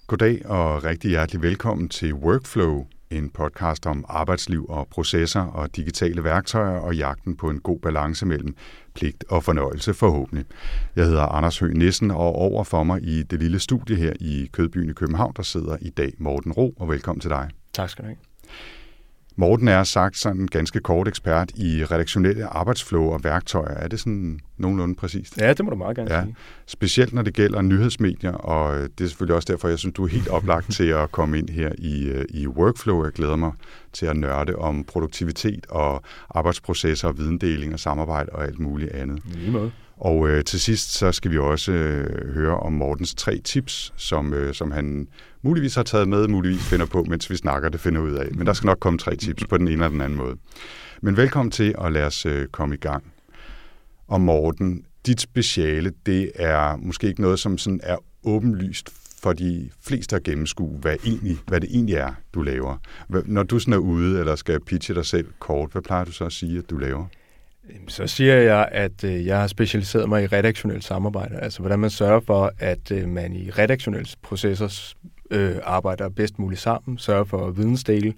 Goddag og rigtig hjertelig velkommen til Workflow, en podcast om arbejdsliv og processer og digitale værktøjer og jagten på en god balance mellem pligt og fornøjelse forhåbentlig. Jeg hedder Anders Høgh Nissen, og over for mig i det lille studie her i Kødbyen i København, der sidder i dag Morten Ro, og velkommen til dig. Tak skal du have. Morten er sagt sådan en ganske kort ekspert i redaktionelle arbejdsflow og værktøjer. Er det sådan nogenlunde præcist? Ja, det må du meget gerne sige. Specielt når det gælder nyhedsmedier, og det er selvfølgelig også derfor, jeg synes, du er helt oplagt til at komme ind her i Workflow. Jeg glæder mig til at nørde om produktivitet og arbejdsprocesser og videndeling og samarbejde og alt muligt andet. Lige måde. Og til sidst så skal vi også høre om Mortens 3 tips, som han muligvis har taget med, muligvis finder på, mens vi snakker, det finder ud af. Men der skal nok komme 3 tips på den ene eller den anden måde. Men velkommen til, og lad os komme i gang. Og Morten, dit speciale, det er måske ikke noget, som sådan er åbenlyst for de fleste at gennemskue, hvad det egentlig er, du laver. Når du sådan er ude, eller skal pitche dig selv kort, hvad plejer du så at sige, at du laver? Så siger jeg, at jeg har specialiseret mig i redaktionelt samarbejde. Altså hvordan man sørger for, at man i redaktionelle processer arbejder bedst muligt sammen, sørger for at vidensdele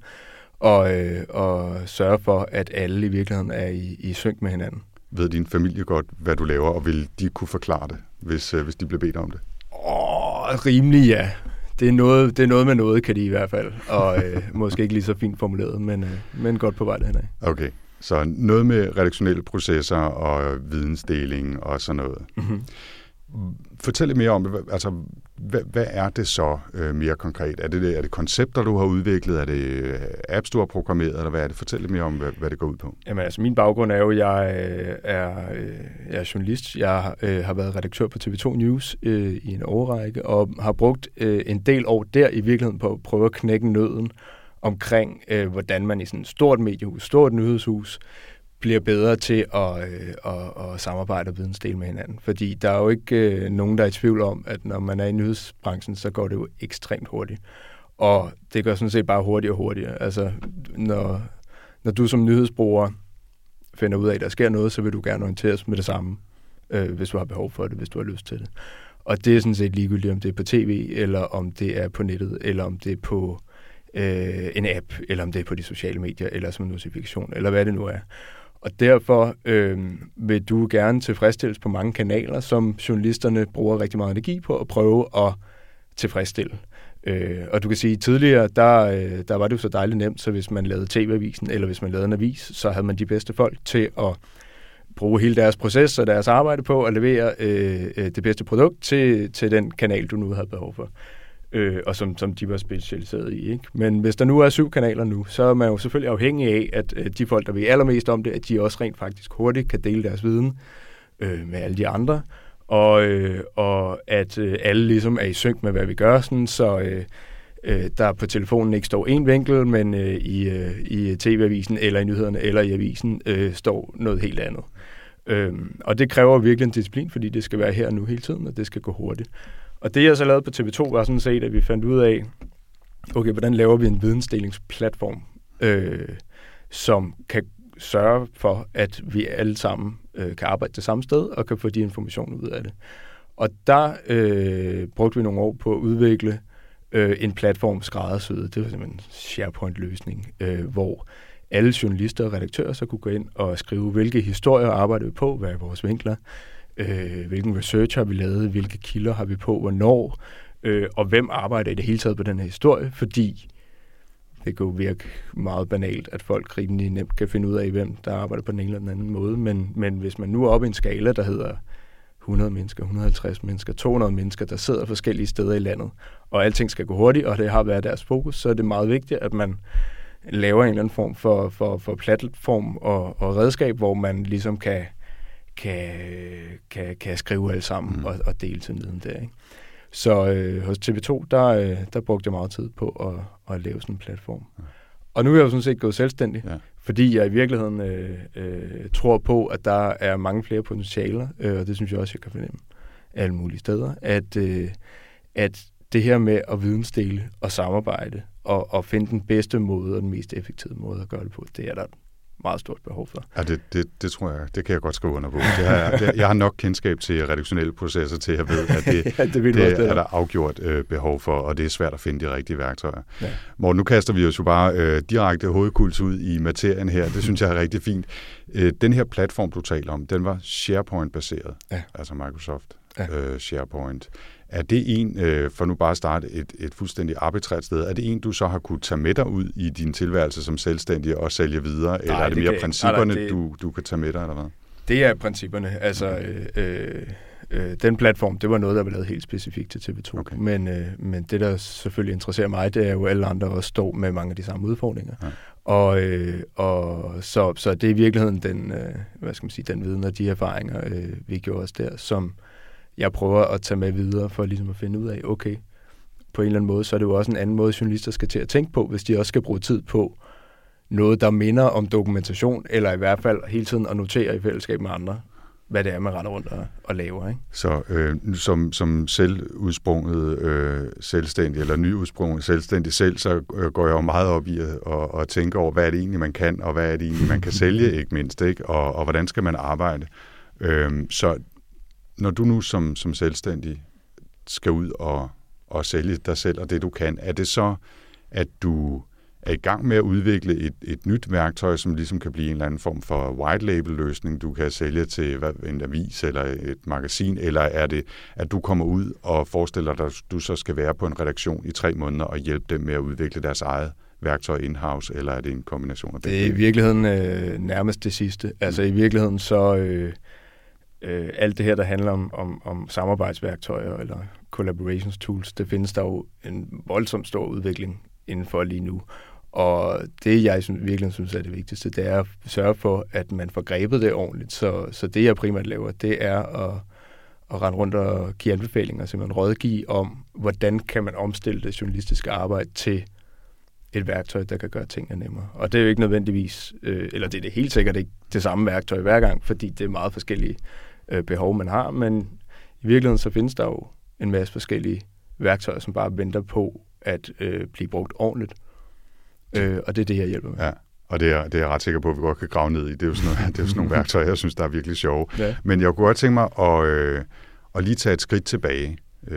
og sørger for, at alle i virkeligheden er i synk med hinanden. Ved din familie godt, hvad du laver, og vil de kunne forklare det, hvis de bliver bedt om det? Rimelig ja. Det er noget med noget, kan de i hvert fald. Og måske ikke lige så fint formuleret, men godt på vej derhen af. Okay. Så noget med redaktionelle processer og vidensdeling og sådan noget. Mm-hmm. Fortæl lidt mere om, altså, hvad er det så mere konkret? Er det koncepter, du har udviklet? Er det apps, du har programmeret? Eller hvad er det? Fortæl lidt mere om, hvad det går ud på. Jamen altså, min baggrund er jo, at jeg er journalist. Jeg har været redaktør på TV2 News i en årrække, og har brugt en del år der i virkeligheden på at prøve at knække nøden omkring, hvordan man i sådan et stort mediehus, stort nyhedshus, bliver bedre til at samarbejde og vidensdele med hinanden. Fordi der er jo ikke nogen, der er i tvivl om, at når man er i nyhedsbranchen, så går det jo ekstremt hurtigt. Og det går sådan set bare hurtigere og hurtigere. Altså, når du som nyhedsbruger finder ud af, at der sker noget, så vil du gerne orienteres med det samme, hvis du har behov for det, hvis du har lyst til det. Og det er sådan set ligegyldigt, om det er på tv, eller om det er på nettet, eller om det er på en app, eller om det er på de sociale medier, eller som en notifikation, eller hvad det nu er. Og derfor vil du gerne tilfredsstilles på mange kanaler, som journalisterne bruger rigtig meget energi på at prøve at tilfredsstille. Og du kan sige, tidligere, der var det jo så dejligt nemt, så hvis man lavede TV-avisen, eller hvis man lavede en avis, så havde man de bedste folk til at bruge hele deres proces og deres arbejde på at levere det bedste produkt til den kanal, du nu havde behov for. Og som de var specialiseret i, ikke? Men hvis der nu er 7 kanaler nu, så er man jo selvfølgelig afhængig af, at de folk, der ved allermest om det, at de også rent faktisk hurtigt kan dele deres viden med alle de andre, og at alle ligesom er i synk med, hvad vi gør, sådan, så der på telefonen ikke står en vinkel, men i TV-avisen, eller i nyhederne, eller i avisen, står noget helt andet. Og det kræver virkelig en disciplin, fordi det skal være her og nu hele tiden, og det skal gå hurtigt. Og det, jeg så lavede på TV2, var sådan set, at vi fandt ud af, okay, hvordan laver vi en videndelingsplatform, som kan sørge for, at vi alle sammen kan arbejde det samme sted, og kan få de informationer ud af det. Og der brugte vi nogle år på at udvikle en platform skræddersyet. Det var simpelthen en SharePoint-løsning, hvor alle journalister og redaktører så kunne gå ind og skrive, hvilke historier arbejder vi på, hvad er vores vinkler, hvilken research har vi lavet, hvilke kilder har vi på, hvornår, og hvem arbejder i det hele taget på den her historie, fordi det kan jo virke meget banalt, at folk rimelig nemt kan finde ud af, hvem der arbejder på den ene eller den anden måde, men hvis man nu er oppe i en skala, der hedder 100 mennesker, 150 mennesker, 200 mennesker, der sidder forskellige steder i landet, og alting skal gå hurtigt, og det har været deres fokus, så er det meget vigtigt, at man laver en eller anden form for platform og redskab, hvor man ligesom kan skrive alle sammen og dele sin viden der, ikke? Så hos TV2, der brugte jeg meget tid på at lave sådan en platform. Og nu er jeg jo sådan set gået selvstændig, fordi jeg i virkeligheden tror på, at der er mange flere potentialer, og det synes jeg også, jeg kan fornemme alle mulige steder, at det her med at vidensdele og samarbejde og finde den bedste måde og den mest effektive måde at gøre det på, det er der meget stort behov for. Ja, det tror jeg, det kan jeg godt skrive under på. Jeg har nok kendskab til redaktionelle processer til, at jeg ved, at det er der afgjort behov for, og det er svært at finde de rigtige værktøjer. Ja. Morten, nu kaster vi os jo bare direkte hovedkuls ud i materien her. Det synes jeg er rigtig fint. Den her platform, du taler om, den var SharePoint-baseret, altså Microsoft SharePoint. Er det en, for nu bare at starte et fuldstændig arbitrært sted, er det en, du så har kunne tage med dig ud i din tilværelse som selvstændig og sælge videre, eller er det mere principperne, du kan tage med dig, eller hvad? Det er principperne. Altså, den platform, det var noget, der var lavet helt specifikt til TV2. Okay. Men det, der selvfølgelig interesserer mig, det er jo alle andre også står med mange af de samme udfordringer. Ja. Så det er i virkeligheden den viden og de erfaringer, vi gjorde os der, som jeg prøver at tage med videre for ligesom at finde ud af, okay, på en eller anden måde, så er det jo også en anden måde, journalister skal til at tænke på, hvis de også skal bruge tid på noget, der minder om dokumentation, eller i hvert fald hele tiden at notere i fællesskab med andre, hvad det er, man render rundt og laver. Ikke? Så som selvudsprunget selvstændig, eller nyudsprunget selvstændig selv, så går jeg jo meget op i at tænke over, hvad er det egentlig, man kan, og hvad er det egentlig, man kan sælge, ikke mindst, ikke? Og hvordan skal man arbejde. Så når du nu som selvstændig skal ud og sælge dig selv og det, du kan, er det så, at du er i gang med at udvikle et nyt værktøj, som ligesom kan blive en eller anden form for white label-løsning, du kan sælge til en avis eller et magasin, eller er det, at du kommer ud og forestiller dig, at du så skal være på en redaktion i 3 måneder og hjælpe dem med at udvikle deres eget værktøj in-house, eller er det en kombination af det? Det er i virkeligheden nærmest det sidste. Altså i virkeligheden så alt det her, der handler om samarbejdsværktøjer eller collaborations tools, det findes der jo en voldsomt stor udvikling indenfor lige nu. Og det, jeg virkelig synes er det vigtigste, det er at sørge for, at man får grebet det ordentligt. Så det, jeg primært laver, det er at rende rundt og give anbefalinger, simpelthen rådgive om, hvordan kan man omstille det journalistiske arbejde til et værktøj, der kan gøre tingene nemmere. Og det er jo ikke nødvendigvis, eller det er det helt sikkert ikke det samme værktøj hver gang, fordi det er meget forskellige behov, man har, men i virkeligheden så findes der jo en masse forskellige værktøjer, som bare venter på at blive brugt ordentligt. Og det er det, jeg hjælper med. Ja, og det er jeg ret sikker på, at vi godt kan grave ned i. Det er jo sådan nogle værktøjer, jeg synes, der er virkelig sjove. Ja. Men jeg kunne godt tænke mig at lige tage et skridt tilbage.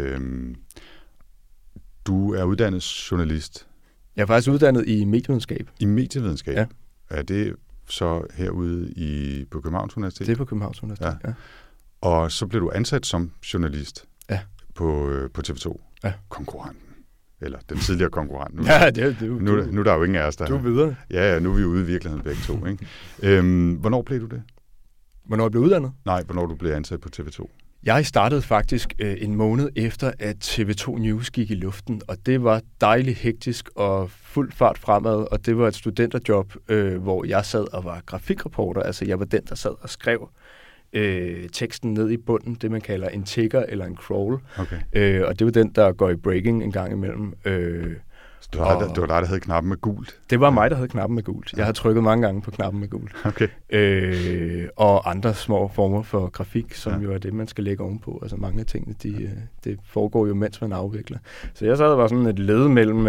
Du er uddannet journalist. Jeg er faktisk uddannet i medievidenskab. I medievidenskab? Ja. Er det så herude på Københavns Universitet? Det er på Københavns Universitet, ja. Og så blev du ansat som journalist på TV2. Ja. Konkurrenten. Eller den tidligere konkurrent. Nu, ja, det er nu er der jo ingen af os, der... Du er videre. Ja, nu er vi ude i virkeligheden begge to. Ikke? Hvornår blev du det? Hvornår jeg blev uddannet? Nej, hvornår du blev ansat på TV2. Jeg startede faktisk en måned efter, at TV2 News gik i luften, og det var dejligt hektisk og fuld fart fremad, og det var et studenterjob, hvor jeg sad og var grafikreporter, altså jeg var den, der sad og skrev teksten ned i bunden, det man kalder en ticker eller en crawl, okay. Og det var den, der går i breaking en gang imellem. Det var dig, der havde knappen med gult? Det var mig, der havde knappen med gult. Jeg har trykket mange gange på knappen med gult. Okay. Og andre små former for grafik, som jo er det, man skal lægge ovenpå. Altså mange af tingene, det foregår jo, mens man afvikler. Så jeg sad og var sådan et led mellem,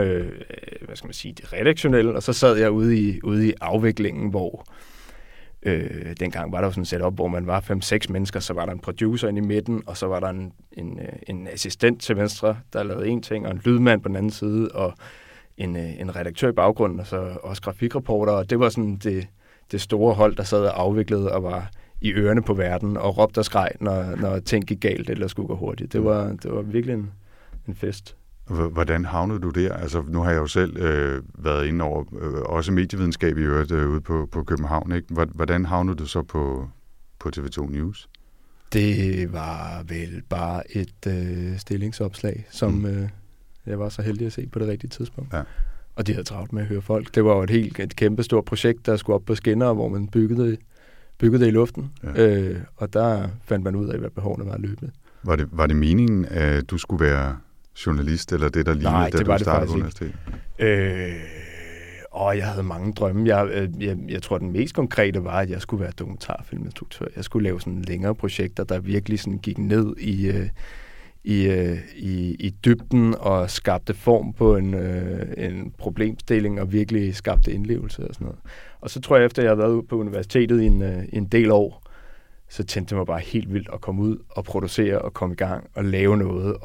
det redaktionelle, og så sad jeg ude i afviklingen, hvor dengang var der jo sådan et setup, hvor man var 5-6 mennesker, så var der en producer inde i midten, og så var der en assistent til venstre, der lavede en ting, og en lydmand på den anden side, og en redaktør i baggrunden, og så også grafikreporter, og det var sådan det store hold, der sad og afviklede og var i ørerne på verden, og råbte og skreg, når ting gik galt eller skulle gå hurtigt. Det var virkelig en fest. Hvordan havnede du der? Altså, nu har jeg jo selv været inde over, også medievidenskab i øvrigt, ude på København, ikke? Hvordan havnede du så på TV2 News? Det var vel bare et stillingsopslag, som jeg var så heldig at se på det rigtige tidspunkt. Ja. Og de havde travlt med at høre folk. Det var jo et kæmpe stort projekt, der skulle op på skinner, hvor man byggede det i luften. Ja. Og der fandt man ud af, hvad behovene var løbende. Var det meningen, at du skulle være journalist, eller det, der lignede, da du startede på universitetet? Jeg havde mange drømme. Jeg tror, den mest konkrete var, at jeg skulle være dokumentarfilminstruktør. Jeg skulle lave sådan længere projekter, der virkelig sådan gik ned i dybden og skabte form på en problemstilling og virkelig skabte indlevelse og sådan noget. Og så tror jeg, efter jeg havde været på universitetet i en del år, så tænkte jeg mig bare helt vildt at komme ud og producere og komme i gang og lave noget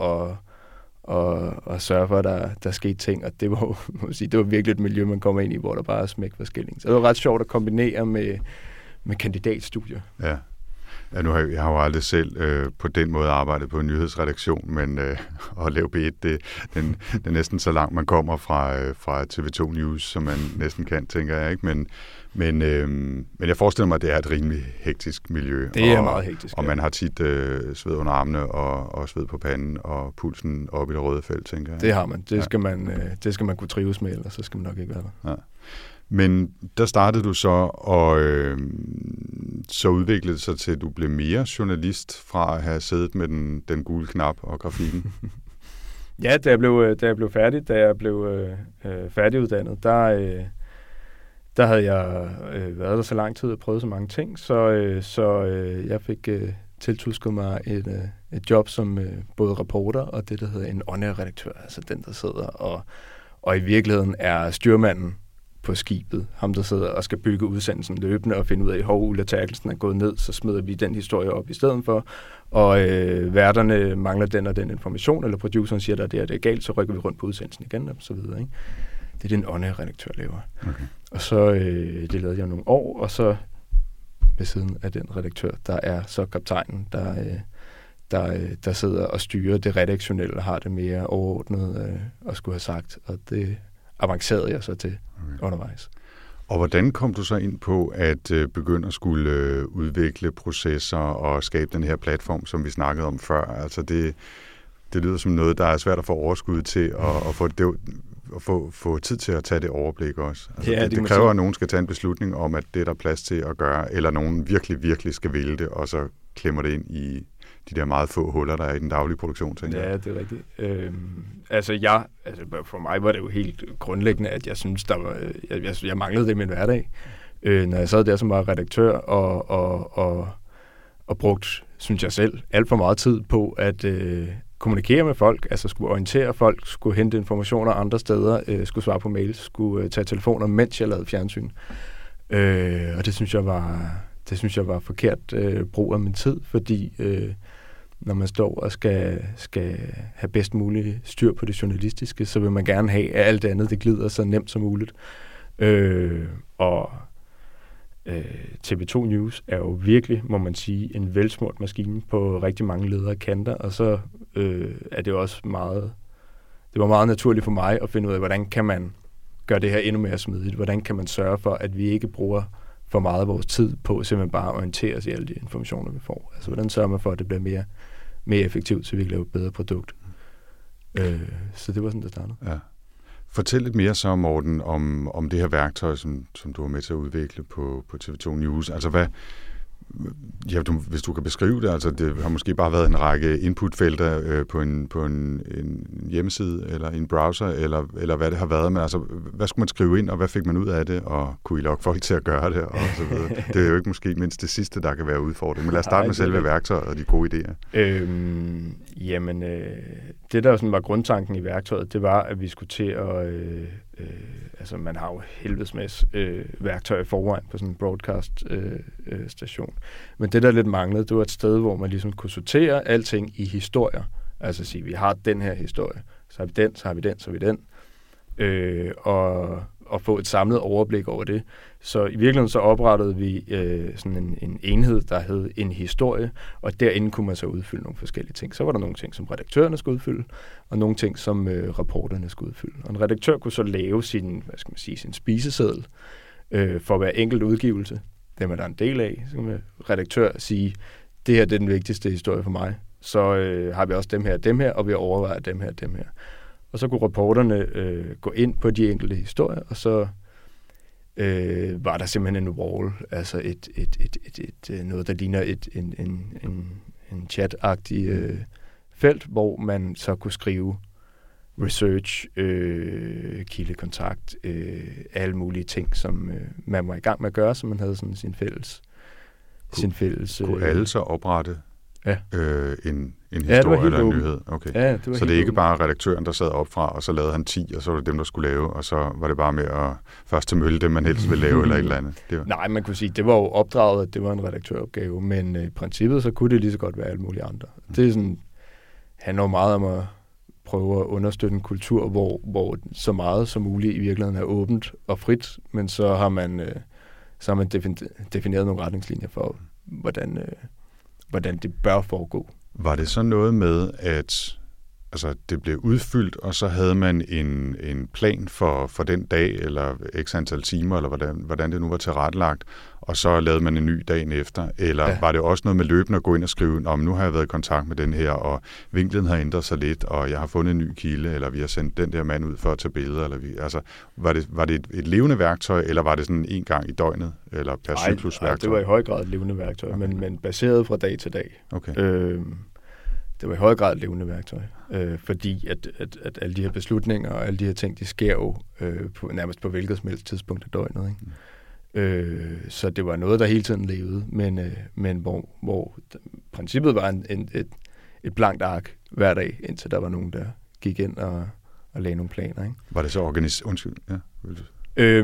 og sørge for, at der skete ting. Og det var, må sige, det var virkelig et miljø, man kommer ind i, hvor der bare er smæk for skilling. Så det var ret sjovt at kombinere med kandidatstudier. Ja. Ja, jeg har jo aldrig selv på den måde arbejdet på en nyhedsredaktion, men at lave B1, det er næsten så langt man kommer fra TV2 News, som man næsten kan, tænker jeg, ikke? Men jeg forestiller mig, at det er et rimelig hektisk miljø. Det er meget hektisk. Og man har tit sved under armene og sved på panden og pulsen op i det røde felt, tænker jeg. Det har man. Det skal man kunne trives med, ellers så skal man nok ikke være der. Ja. Men der startede du så, og så udviklede det sig til, at du blev mere journalist fra at have siddet med den gule knap og grafikken. Ja, da jeg blev færdiguddannet, der havde jeg været der så lang tid og prøvet så mange ting, så jeg fik tiltusket mig et job som både reporter og det, der hedder en on-air-redaktør, altså den, der sidder og i virkeligheden er styrmanden på skibet. Ham, der sidder og skal bygge udsendelsen løbende og finde ud af, hvor Ulla Terkelsen er gået ned, så smider vi den historie op i stedet for. Og værterne mangler den og den information, eller produceren siger, at det er galt, så rykker vi rundt på udsendelsen igen, og så videre. Ikke? Det er den on-air-redaktør laver. Okay. Og så det lavede jeg nogle år, og så ved siden af den redaktør, der er så kaptajnen, der sidder og styrer det redaktionelle og har det mere overordnet at skulle have sagt, og det avancerede jeg så til undervejs. Og hvordan kom du så ind på at begynde at skulle udvikle processer og skabe den her platform, som vi snakkede om før? Altså det lyder som noget, der er svært at få overskud til at få tid til at tage det overblik også. Altså ja, det kræver, at nogen skal tage en beslutning om, at det er der plads til at gøre, eller nogen virkelig, virkelig skal ville det, og så klemmer det ind i de der meget få huller, der er i den daglige produktion, tænker jeg. Ja, det er rigtigt. For mig var det jo helt grundlæggende, at jeg synes, jeg manglede det i min hverdag. Når jeg sad der som var redaktør og brugt, synes jeg selv, alt for meget tid på at kommunikere med folk, altså skulle orientere folk, skulle hente informationer andre steder, skulle svare på mails, skulle tage telefoner, mens jeg lavede fjernsyn. Og det synes jeg var forkert brug af min tid, fordi når man står og skal have bedst muligt styr på det journalistiske, så vil man gerne have, at alt det andet det glider så nemt som muligt. TV2 News er jo virkelig, må man sige, en velsmurt maskine på rigtig mange ledere kanter, og så er det også det var meget naturligt for mig at finde ud af, hvordan kan man gøre det her endnu mere smidigt, hvordan kan man sørge for, at vi ikke bruger for meget af vores tid på simpelthen bare at orientere os i alle de informationer, vi får. Altså, hvordan sørger man for, at det bliver mere effektivt, så vi kan lave et bedre produkt. Så det var sådan, det startede. Ja. Fortæl lidt mere så, Morten, om det her værktøj, som du var med til at udvikle på TV2 News. Altså, hvis du kan beskrive det, altså det har måske bare været en række inputfelter på en hjemmeside eller en browser, eller hvad det har været, men altså, hvad skulle man skrive ind, og hvad fik man ud af det, og kunne I lokke folk til at gøre det, og så videre. Det er jo ikke måske mindst det sidste, der kan være udfordret, men lad os starte med selve værktøjet og de gode idéer. Det der sådan var grundtanken i værktøjet, det var, at vi skulle til at man har jo helvedesmæs værktøj i forvejen på sådan en broadcast-station. Men det, der lidt manglede, det var et sted, hvor man ligesom kunne sortere alting i historier. Altså sige, vi har den her historie, så har vi den, så har vi den, så har vi den. Og få et samlet overblik over det. Så i virkeligheden så oprettede vi sådan en enhed, der hed en historie, og derinde kunne man så udfylde nogle forskellige ting. Så var der nogle ting, som redaktørerne skulle udfylde, og nogle ting, som reporterne skulle udfylde. Og en redaktør kunne så lave sin spiseseddel for hver enkelt udgivelse. Dem er der en del af. Så kan redaktør sige, det her det er den vigtigste historie for mig. Så har vi også dem her, og vi overvejer dem her. Og så kunne reporterne gå ind på de enkelte historier, og så var der simpelthen en wall, altså noget, der ligner en chat-agtig felt, hvor man så kunne skrive research, kildekontakt, alle mulige ting, som man var i gang med at gøre, så man havde sådan sin fælles... Kunne alle så oprette en historie eller en åben. nyhed? Okay. Ja, det var så det er ikke bare redaktøren, der sad op fra, og så lavede han 10, og så var det dem, der skulle lave, og så var det bare med at først til mølle det, man helst ville lave, eller et eller andet? Det var... Nej, man kunne sige, det var jo opdraget, at det var en redaktøropgave, men i princippet, så kunne det lige så godt være alle mulige andre. Det er sådan, handler jo meget om at prøve at understøtte en kultur, hvor så meget som muligt i virkeligheden er åbent og frit, men så har man defineret nogle retningslinjer for, hvordan det bør foregå. Var det så noget med, at det blev udfyldt, og så havde man en plan for den dag, eller x antal timer, eller hvordan det nu var tilrettelagt, og så lavede man en ny dagen efter? Eller var det også noget med løbende at gå ind og skrive, om nu har jeg været i kontakt med den her, og vinklen har ændret sig lidt, og jeg har fundet en ny kilde, eller vi har sendt den der mand ud for at tage billeder? Eller var det et levende værktøj, eller var det sådan en gang i døgnet, eller per cyklusværktøj? Det var i høj grad et levende værktøj, okay. men baseret fra dag til dag. Okay. Det var i høj grad et levende værktøj, fordi at alle de her beslutninger og alle de her ting, de sker jo nærmest på hvilket som helst tidspunkt af døgnet. Ikke? Så det var noget, der hele tiden levede, men hvor princippet var et blankt ark hver dag, indtil der var nogen, der gik ind og lagde nogle planer. Ikke? Var det så Undskyld, ja.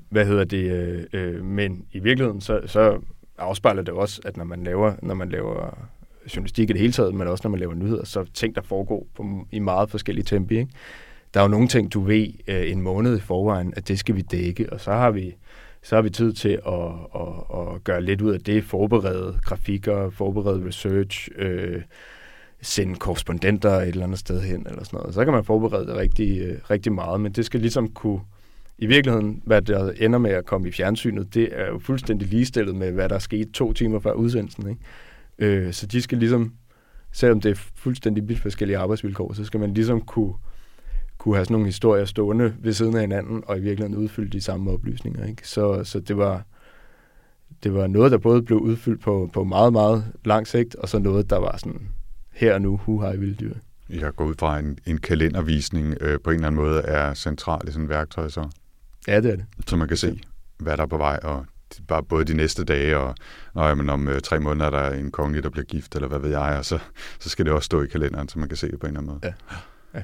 Men i virkeligheden, så afspejler det også, at når man laver journalistik i det hele taget, men også når man laver nyheder, så ting, der foregår i meget forskellige tempi. Ikke? Der er jo nogle ting, du ved en måned i forvejen, at det skal vi dække, og så har vi tid til at gøre lidt ud af det, forberede grafikker, forberede research, sende korrespondenter et eller andet sted hen, eller sådan noget. Så kan man forberede det rigtig meget, men det skal ligesom kunne, i virkeligheden, hvad der ender med at komme i fjernsynet, det er jo fuldstændig ligestillet med, hvad der er sket 2 timer før udsendelsen, ikke? Så de skal ligesom, selvom det er fuldstændig vidt forskellige arbejdsvilkår, så skal man ligesom kunne have sådan nogle historier stående ved siden af hinanden, og i virkeligheden udfylde de samme oplysninger. Ikke? Så det var noget, der både blev udfyldt på meget, meget lang sigt, og så noget, der var sådan, her og nu, hej vilde dyr. Jeg går ud fra en kalendervisning på en eller anden måde er central i sådan et værktøj, så? Ja, det er det. Så man kan se, hvad der er på vej, og bare både de næste dage, og om 3 måneder der er en kongelig, der bliver gift, eller hvad ved jeg, og så skal det også stå i kalenderen, så man kan se det på en eller anden måde. Ja.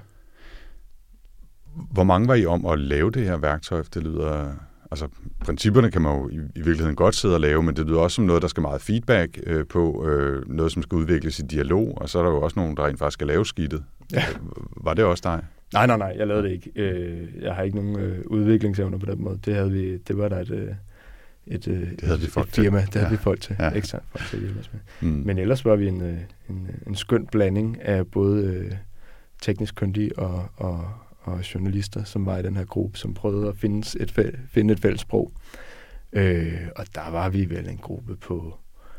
Hvor mange var I om at lave det her værktøj? Det lyder, principperne kan man jo i virkeligheden godt sidde og lave, men det lyder også som noget, der skal meget feedback på, noget, som skal udvikles i dialog, og så er der jo også nogen, der rent faktisk skal lave skidtet. Ja. Var det også dig? Nej, jeg lavede det ikke. Jeg har ikke nogen udviklingsevner på den måde. Det var der et firma, det havde vi folk til, eksterne folk til at hjælpe os med. Men ellers var vi en skøn blanding af både teknisk kyndige og journalister, som var i den her gruppe, som prøvede at finde et fælles sprog. Og der var vi vel en gruppe på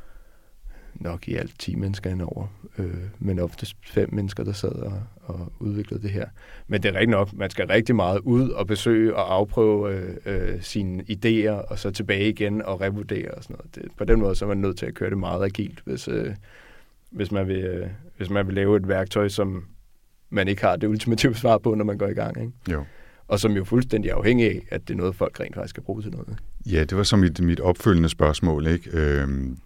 nok i alt 10 mennesker indover, men oftest 5 mennesker, der sad og udviklede det her. Men det er rigtigt nok, man skal rigtig meget ud og besøge og afprøve sine idéer, og så tilbage igen og revurdere og sådan noget. På den måde så er man nødt til at køre det meget agilt, hvis man vil lave et værktøj, som man ikke har det ultimative svar på, når man går i gang. Ikke? Jo. Og som jo fuldstændig afhængig af, at det er noget, folk rent faktisk skal bruge til noget. Ja, det var så mit opfølgende spørgsmål, ikke?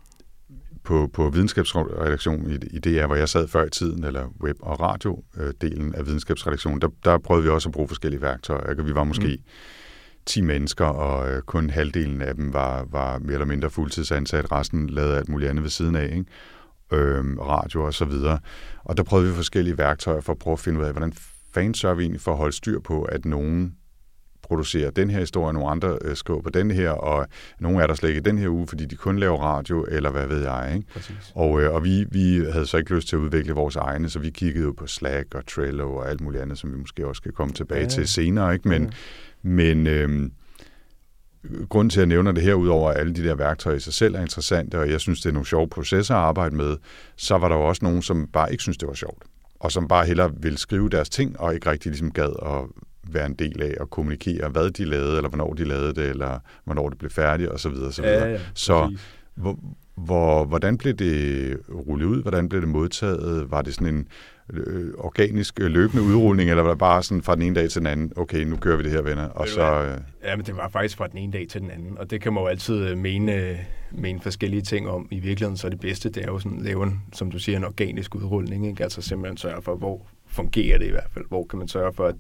På videnskabsredaktionen i DR, hvor jeg sad før i tiden, eller web- og radio-delen af videnskabsredaktionen, der prøvede vi også at bruge forskellige værktøjer. Vi var måske 10 mennesker, og kun halvdelen af dem var mere eller mindre fuldtidsansat, resten lavede alt muligt andet ved siden af, ikke? Radio og så videre. Og der prøvede vi forskellige værktøjer for at prøve at finde ud af, hvordan fanden sørger vi egentlig for at holde styr på, at nogen producerer den her historie, nogle andre skriver på den her, og nogle er der slet ikke i den her uge, fordi de kun laver radio, eller hvad ved jeg, ikke? Præcis. Og vi havde så ikke lyst til at udvikle vores egne, så vi kiggede jo på Slack og Trello og alt muligt andet, som vi måske også skal komme tilbage til senere, ikke? Men grunden til at nævne det her, udover alle de der værktøjer i sig selv er interessante, og jeg synes, det er nogle sjove processer at arbejde med, så var der jo også nogen, som bare ikke synes det var sjovt, og som bare hellere ville skrive deres ting, og ikke rigtig ligesom gad at være en del af at kommunikere, hvad de lavede, eller hvornår de lavede det, eller hvornår det blev færdigt, og så videre, så videre. Ja, så Hvordan blev det rullet ud? Hvordan blev det modtaget? Var det sådan en organisk løbende udrulning, eller var det bare sådan fra den ene dag til den anden, okay, nu kører vi det her, venner, og så... Ja, men det var faktisk fra den ene dag til den anden, og det kan man jo altid mene forskellige ting om. I virkeligheden så det bedste, det er jo sådan at lave som du siger, en organisk udrulning, ikke? Altså simpelthen sørge for, hvor fungerer det i hvert fald, hvor kan man sørge for, at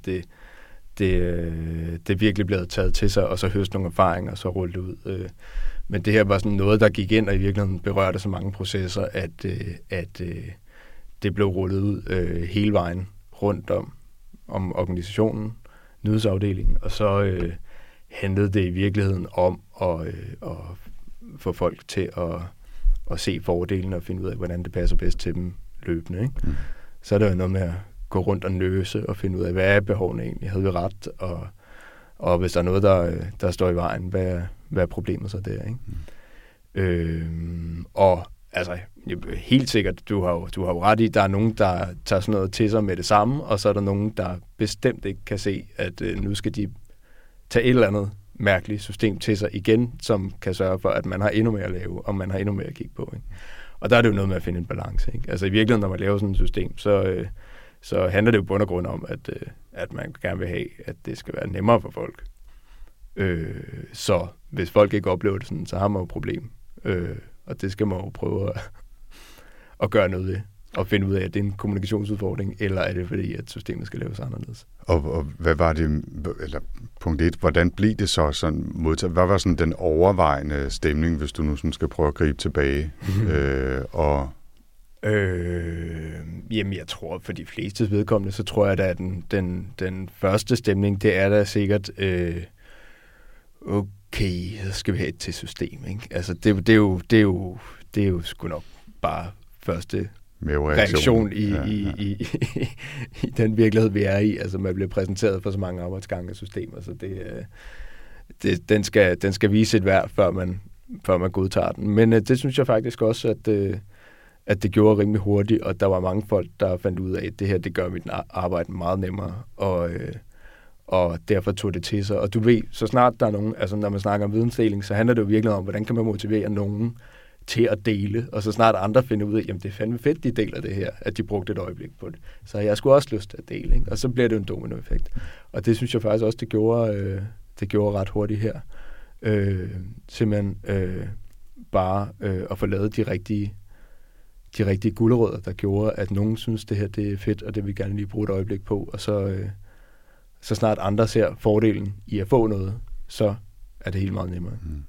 det virkelig bliver taget til sig, og så høste nogle erfaringer, og så rulle det ud. Men det her var sådan noget, der gik ind, og i virkeligheden berørte så mange processer, at det blev rullet ud hele vejen rundt om organisationen, nyhedsafdelingen, og så handlede det i virkeligheden om at få folk til at se fordelene og finde ud af, hvordan det passer bedst til dem løbende. Ikke? Mm. Så er der jo noget med at gå rundt og nøse og finde ud af, hvad er behovene egentlig? Havde vi ret? Og hvis der er noget, der står i vejen, hvad er problemet så der? Ikke? Og altså, helt sikkert, du har jo ret i, der er nogen, der tager sådan noget til sig med det samme, og så er der nogen, der bestemt ikke kan se, at nu skal de tage et eller andet mærkeligt system til sig igen, som kan sørge for, at man har endnu mere at lave, og man har endnu mere at kigge på. Ikke? Og der er det jo noget med at finde en balance. Ikke? Altså i virkeligheden, når man laver sådan et system, så handler det jo på bund og grund om, at man gerne vil have, at det skal være nemmere for folk. Så hvis folk ikke oplever det sådan, så har man jo et problem. Og det skal man jo prøve at gøre noget ved, og finde ud af, at det er en kommunikationsudfordring, eller er det fordi, at systemet skal laves anderledes. Og hvad var det, eller punkt 1, hvordan blev det så sådan modtaget? Hvad var sådan den overvejende stemning, hvis du nu sådan skal prøve at gribe tilbage? Jamen, jeg tror, for de fleste vedkommende, så tror jeg, at den første stemning, det er da sikkert, okay, så skal vi have et til system, ikke? Altså, det er jo sgu nok bare første reaktion i den virkelighed, vi er i. Altså, man bliver præsenteret for så mange arbejdsgange og systemer, så den skal vise et værd, før man godtager den. Men det synes jeg faktisk også, at det gjorde rimelig hurtigt, og der var mange folk, der fandt ud af, at det her, det gør mit arbejde meget nemmere, og derfor tog det til sig. Og du ved, så snart der er nogen, altså når man snakker om vidensdeling, så handler det jo virkelig om, hvordan kan man motivere nogen til at dele, og så snart andre finder ud af, jamen det er fandme fedt, de deler det her, at de brugte et øjeblik på det. Så jeg skulle også lyst til at dele, ikke? Og så bliver det jo en dominoeffekt. Og det synes jeg faktisk også, det gjorde ret hurtigt her. Simpelthen bare at få lavet de rigtige gulerødder, der gjorde, at nogen synes, det her det er fedt, og det vil vi gerne lige bruge et øjeblik på, og så snart andre ser fordelen i at få noget, så er det helt meget nemmere.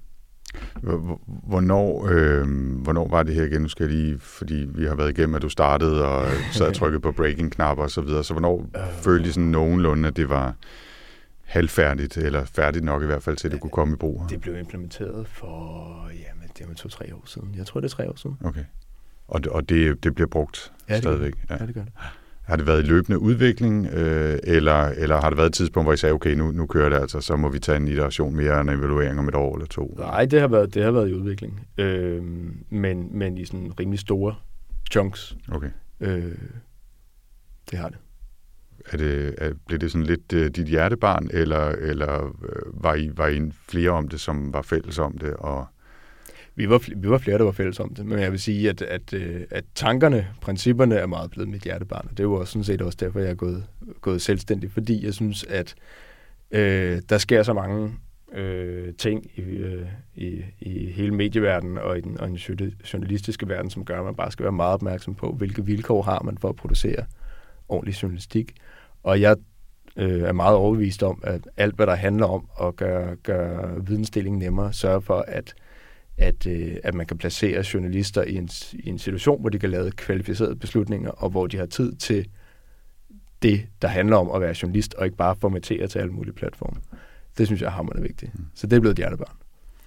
Hvornår var det her igen? Nu skal jeg lige, fordi vi har været igennem, at du startede og sad og trykkede på breaking-knapper og så videre, så hvornår følte I sådan nogenlunde, at det var halvfærdigt, eller færdigt nok i hvert fald til, at det kunne komme i brug? Det blev implementeret for, det var 2-3 år siden. Jeg tror, det er 3 år siden. Okay. Og det bliver brugt stadigvæk? Ja, det gør det. Har det været i løbende udvikling, eller har det været et tidspunkt, hvor I sagde, okay, nu kører det altså, så må vi tage en iteration mere, en evaluering om et år eller 2? Nej, det har været i udvikling, men i sådan rimelig store chunks. Okay. Det har det. Blev det sådan lidt dit hjertebarn, eller var I flere om det, som var fælles om det? Og Vi var flere, der var fælles om det, men jeg vil sige, at tankerne, principperne er meget blevet mit hjertebarn, og det er jo også sådan set også derfor, jeg er gået selvstændig, fordi jeg synes, at der sker så mange ting i hele medieverdenen og i den journalistiske verden, som gør, at man bare skal være meget opmærksom på, hvilke vilkår har man for at producere ordentlig journalistik. Og jeg er meget overbevist om, at alt, hvad der handler om at gøre vidensdeling nemmere, sørge for, at man kan placere journalister i en situation, hvor de kan lave kvalificerede beslutninger, og hvor de har tid til det, der handler om at være journalist, og ikke bare formatere til alle mulige platforme. Det synes jeg er hamrende vigtigt. Så det er blevet et hjertebarn.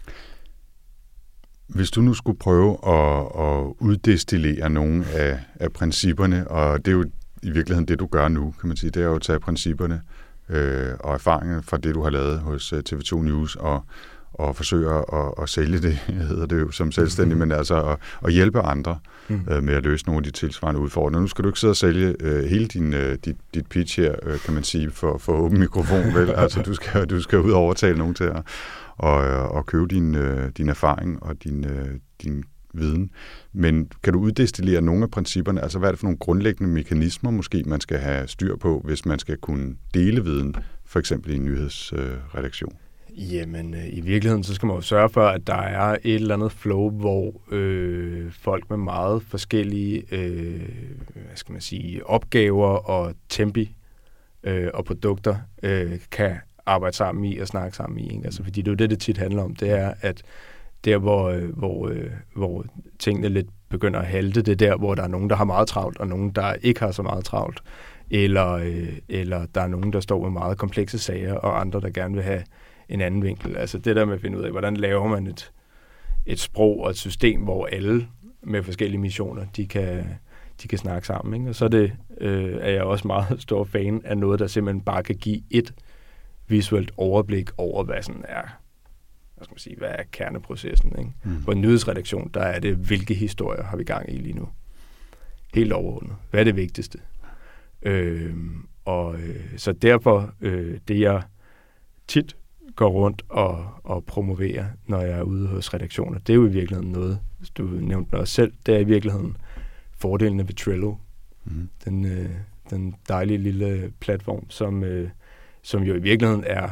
Hvis du nu skulle prøve at uddestillere nogle af principperne, og det er jo i virkeligheden det, du gør nu, kan man sige, det er jo at tage principperne og erfaringerne fra det, du har lavet hos TV2 News, og forsøge at sælge det, hedder det jo som selvstændig, men altså at hjælpe andre med at løse nogle af de tilsvarende udfordringer. Nu skal du ikke sidde og sælge hele dit pitch her, kan man sige, for åben mikrofon, vel? Altså du skal ud og overtale nogen til at købe din erfaring og din viden. Men kan du uddestillere nogle af principperne? Altså, hvad er det for nogle grundlæggende mekanismer, måske man skal have styr på, hvis man skal kunne dele viden, for eksempel i en nyhedsredaktion? Jamen, i virkeligheden, så skal man jo sørge for, at der er et eller andet flow, hvor folk med meget forskellige opgaver og tempi og produkter kan arbejde sammen i og snakke sammen i. Ikke? Altså, fordi det er jo det tit handler om. Det er, at der, hvor tingene lidt begynder at halte, det er der, hvor der er nogen, der har meget travlt, og nogen, der ikke har så meget travlt. Eller der er nogen, der står med meget komplekse sager, og andre, der gerne vil have en anden vinkel. Altså det der med at finde ud af, hvordan laver man et sprog og et system, hvor alle med forskellige missioner, de kan snakke sammen. Ikke? Og så er jeg også meget stor fan af noget, der simpelthen bare kan give et visuelt overblik over, hvad sådan er, hvad er kerneprocessen. Ikke? På en nyhedsredaktion, der er det, hvilke historier har vi gang i lige nu. Helt overordnet. Hvad er det vigtigste? Så derfor, det jeg tit går rundt og promoverer, når jeg er ude hos redaktioner, det er jo i virkeligheden noget, du nævnte også selv, det er i virkeligheden fordelene ved Trello. Den dejlige lille platform, som jo i virkeligheden er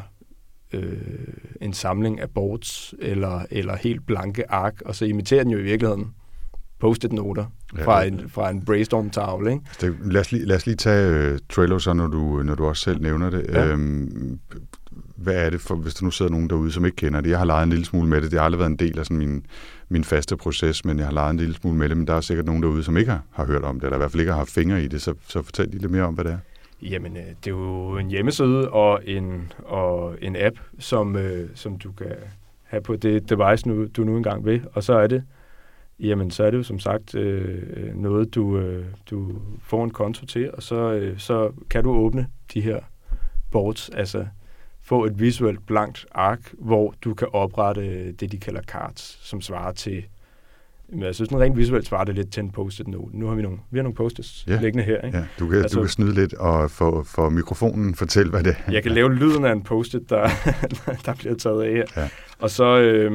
en samling af boards eller helt blanke ark, og så imiterer den jo i virkeligheden post-it-noter fra en brainstorm-tavle. Ikke? Lad os lige tage Trello, så når du også selv nævner det. Ja. Hvad er det for, hvis der nu sidder nogen derude, som ikke kender det? Jeg har leget en lille smule med det. Det har aldrig været en del af sådan min faste proces, men jeg har leget en lille smule med det. Men der er sikkert nogen derude, som ikke har hørt om det, eller i hvert fald ikke har haft fingre i det. Så fortæl lige lidt mere om, hvad det er. Jamen, det er jo en hjemmeside og en app, som du kan have på det device, du nu engang vil. Og så er det jo som sagt noget, du får en konto til, og så kan du åbne de her boards, altså få et visuelt blankt ark, hvor du kan oprette det, de kalder cards, som svarer til, jeg synes, den rent visuelt svarer det lidt til en post-it-note. Nu har vi nogle post-its liggende her. Ikke? Ja, du kan snyde lidt og for mikrofonen fortælle, hvad det er. Jeg kan lave lyden af en post-it, der bliver taget af her. Ja. Og så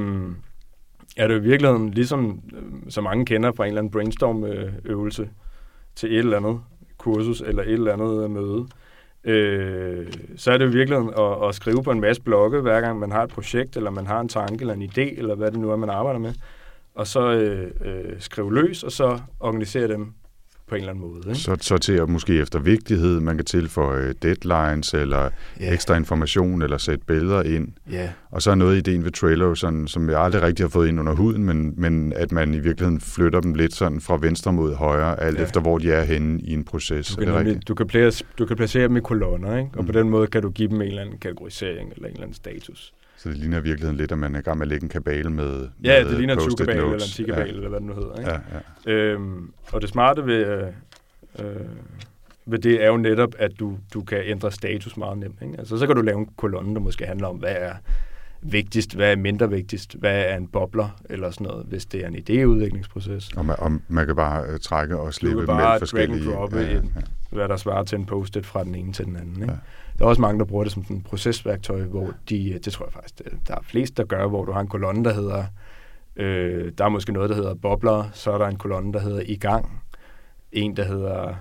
er det i virkeligheden, ligesom så mange kender fra en eller anden brainstorm-øvelse til et eller andet kursus eller et eller andet møde, så er det i virkeligheden at skrive på en masse blogge, hver gang man har et projekt, eller man har en tanke, eller en idé, eller hvad det nu er, man arbejder med, og så skrive løs, og så organisere dem på en eller anden måde. Ikke? Så til at måske efter vigtighed, man kan tilføje deadlines, eller ekstra information, eller sætte billeder ind. Yeah. Og så er noget ideen ved Trello, sådan, som jeg aldrig rigtig har fået ind under huden, men at man i virkeligheden flytter dem lidt sådan fra venstre mod højre, alt efter hvor de er henne i en proces. Du kan placere dem i kolonner, ikke? Og på den måde kan du give dem en eller anden kategorisering, eller en eller anden status. Så det ligner i virkeligheden lidt, at man er i gang med at lægge en kabale med ja, det ligner en 20-kabale eller en 10-kabale, eller hvad det nu hedder. Ikke? Ja. Og det smarte ved det er jo netop, at du kan ændre status meget nemt. Ikke? Altså, så kan du lave en kolonne, der måske handler om, hvad er vigtigst, hvad er mindre vigtigst, hvad er en bobler, eller sådan noget, hvis det er en idéudviklingsproces. Og man kan bare trække og slippe mellem forskellige... Du kan bare drag and droppe hvad der svarer til en post-it fra den ene til den anden. Ikke? Ja. Der er også mange, der bruger det som sådan et procesværktøj, hvor det tror jeg faktisk, der er flest, der gør, hvor du har en kolonne, der hedder, der er måske noget, der hedder bobler, så er der en kolonne, der hedder i gang, en, der hedder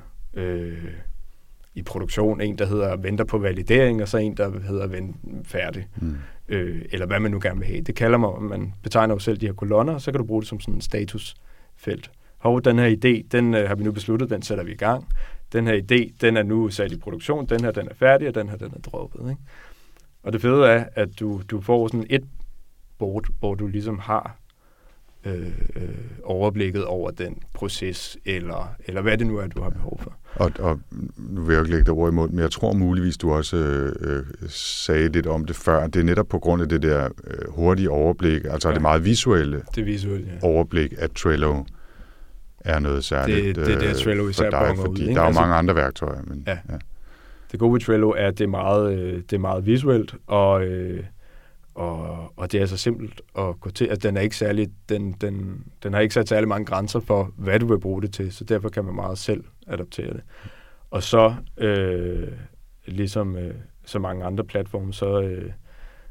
i produktion, en, der hedder venter på validering, og så en, der hedder færdig. Eller hvad man nu gerne vil have. Det kalder man betegner jo selv de her kolonner, og så kan du bruge det som sådan en statusfelt. Den her idé, den har vi nu besluttet, den sætter vi i gang. Den her idé, den er nu sat i produktion, den her, den er færdig, og den her, den er droppet. Ikke? Og det fede er, at du får sådan et board, hvor du ligesom har overblikket over den proces, eller hvad det nu er, du har behov for. Og nu vil jeg jo ikke lægge det ord i munden, men jeg tror muligvis, du også sagde lidt om det før. Det er netop på grund af det der hurtige overblik, altså det meget visuelle overblik, at Trello er noget særligt det er Trello især for dig, fordi der er jo mange andre værktøjer. Men, ja. Det gode ved Trello er, at det er meget visuelt, og det er så simpelt at gå til, at den er ikke særlig, den har ikke sat særlig mange grænser for, hvad du vil bruge det til, så derfor kan man meget selv adaptere det. Og så, ligesom så mange andre platforme,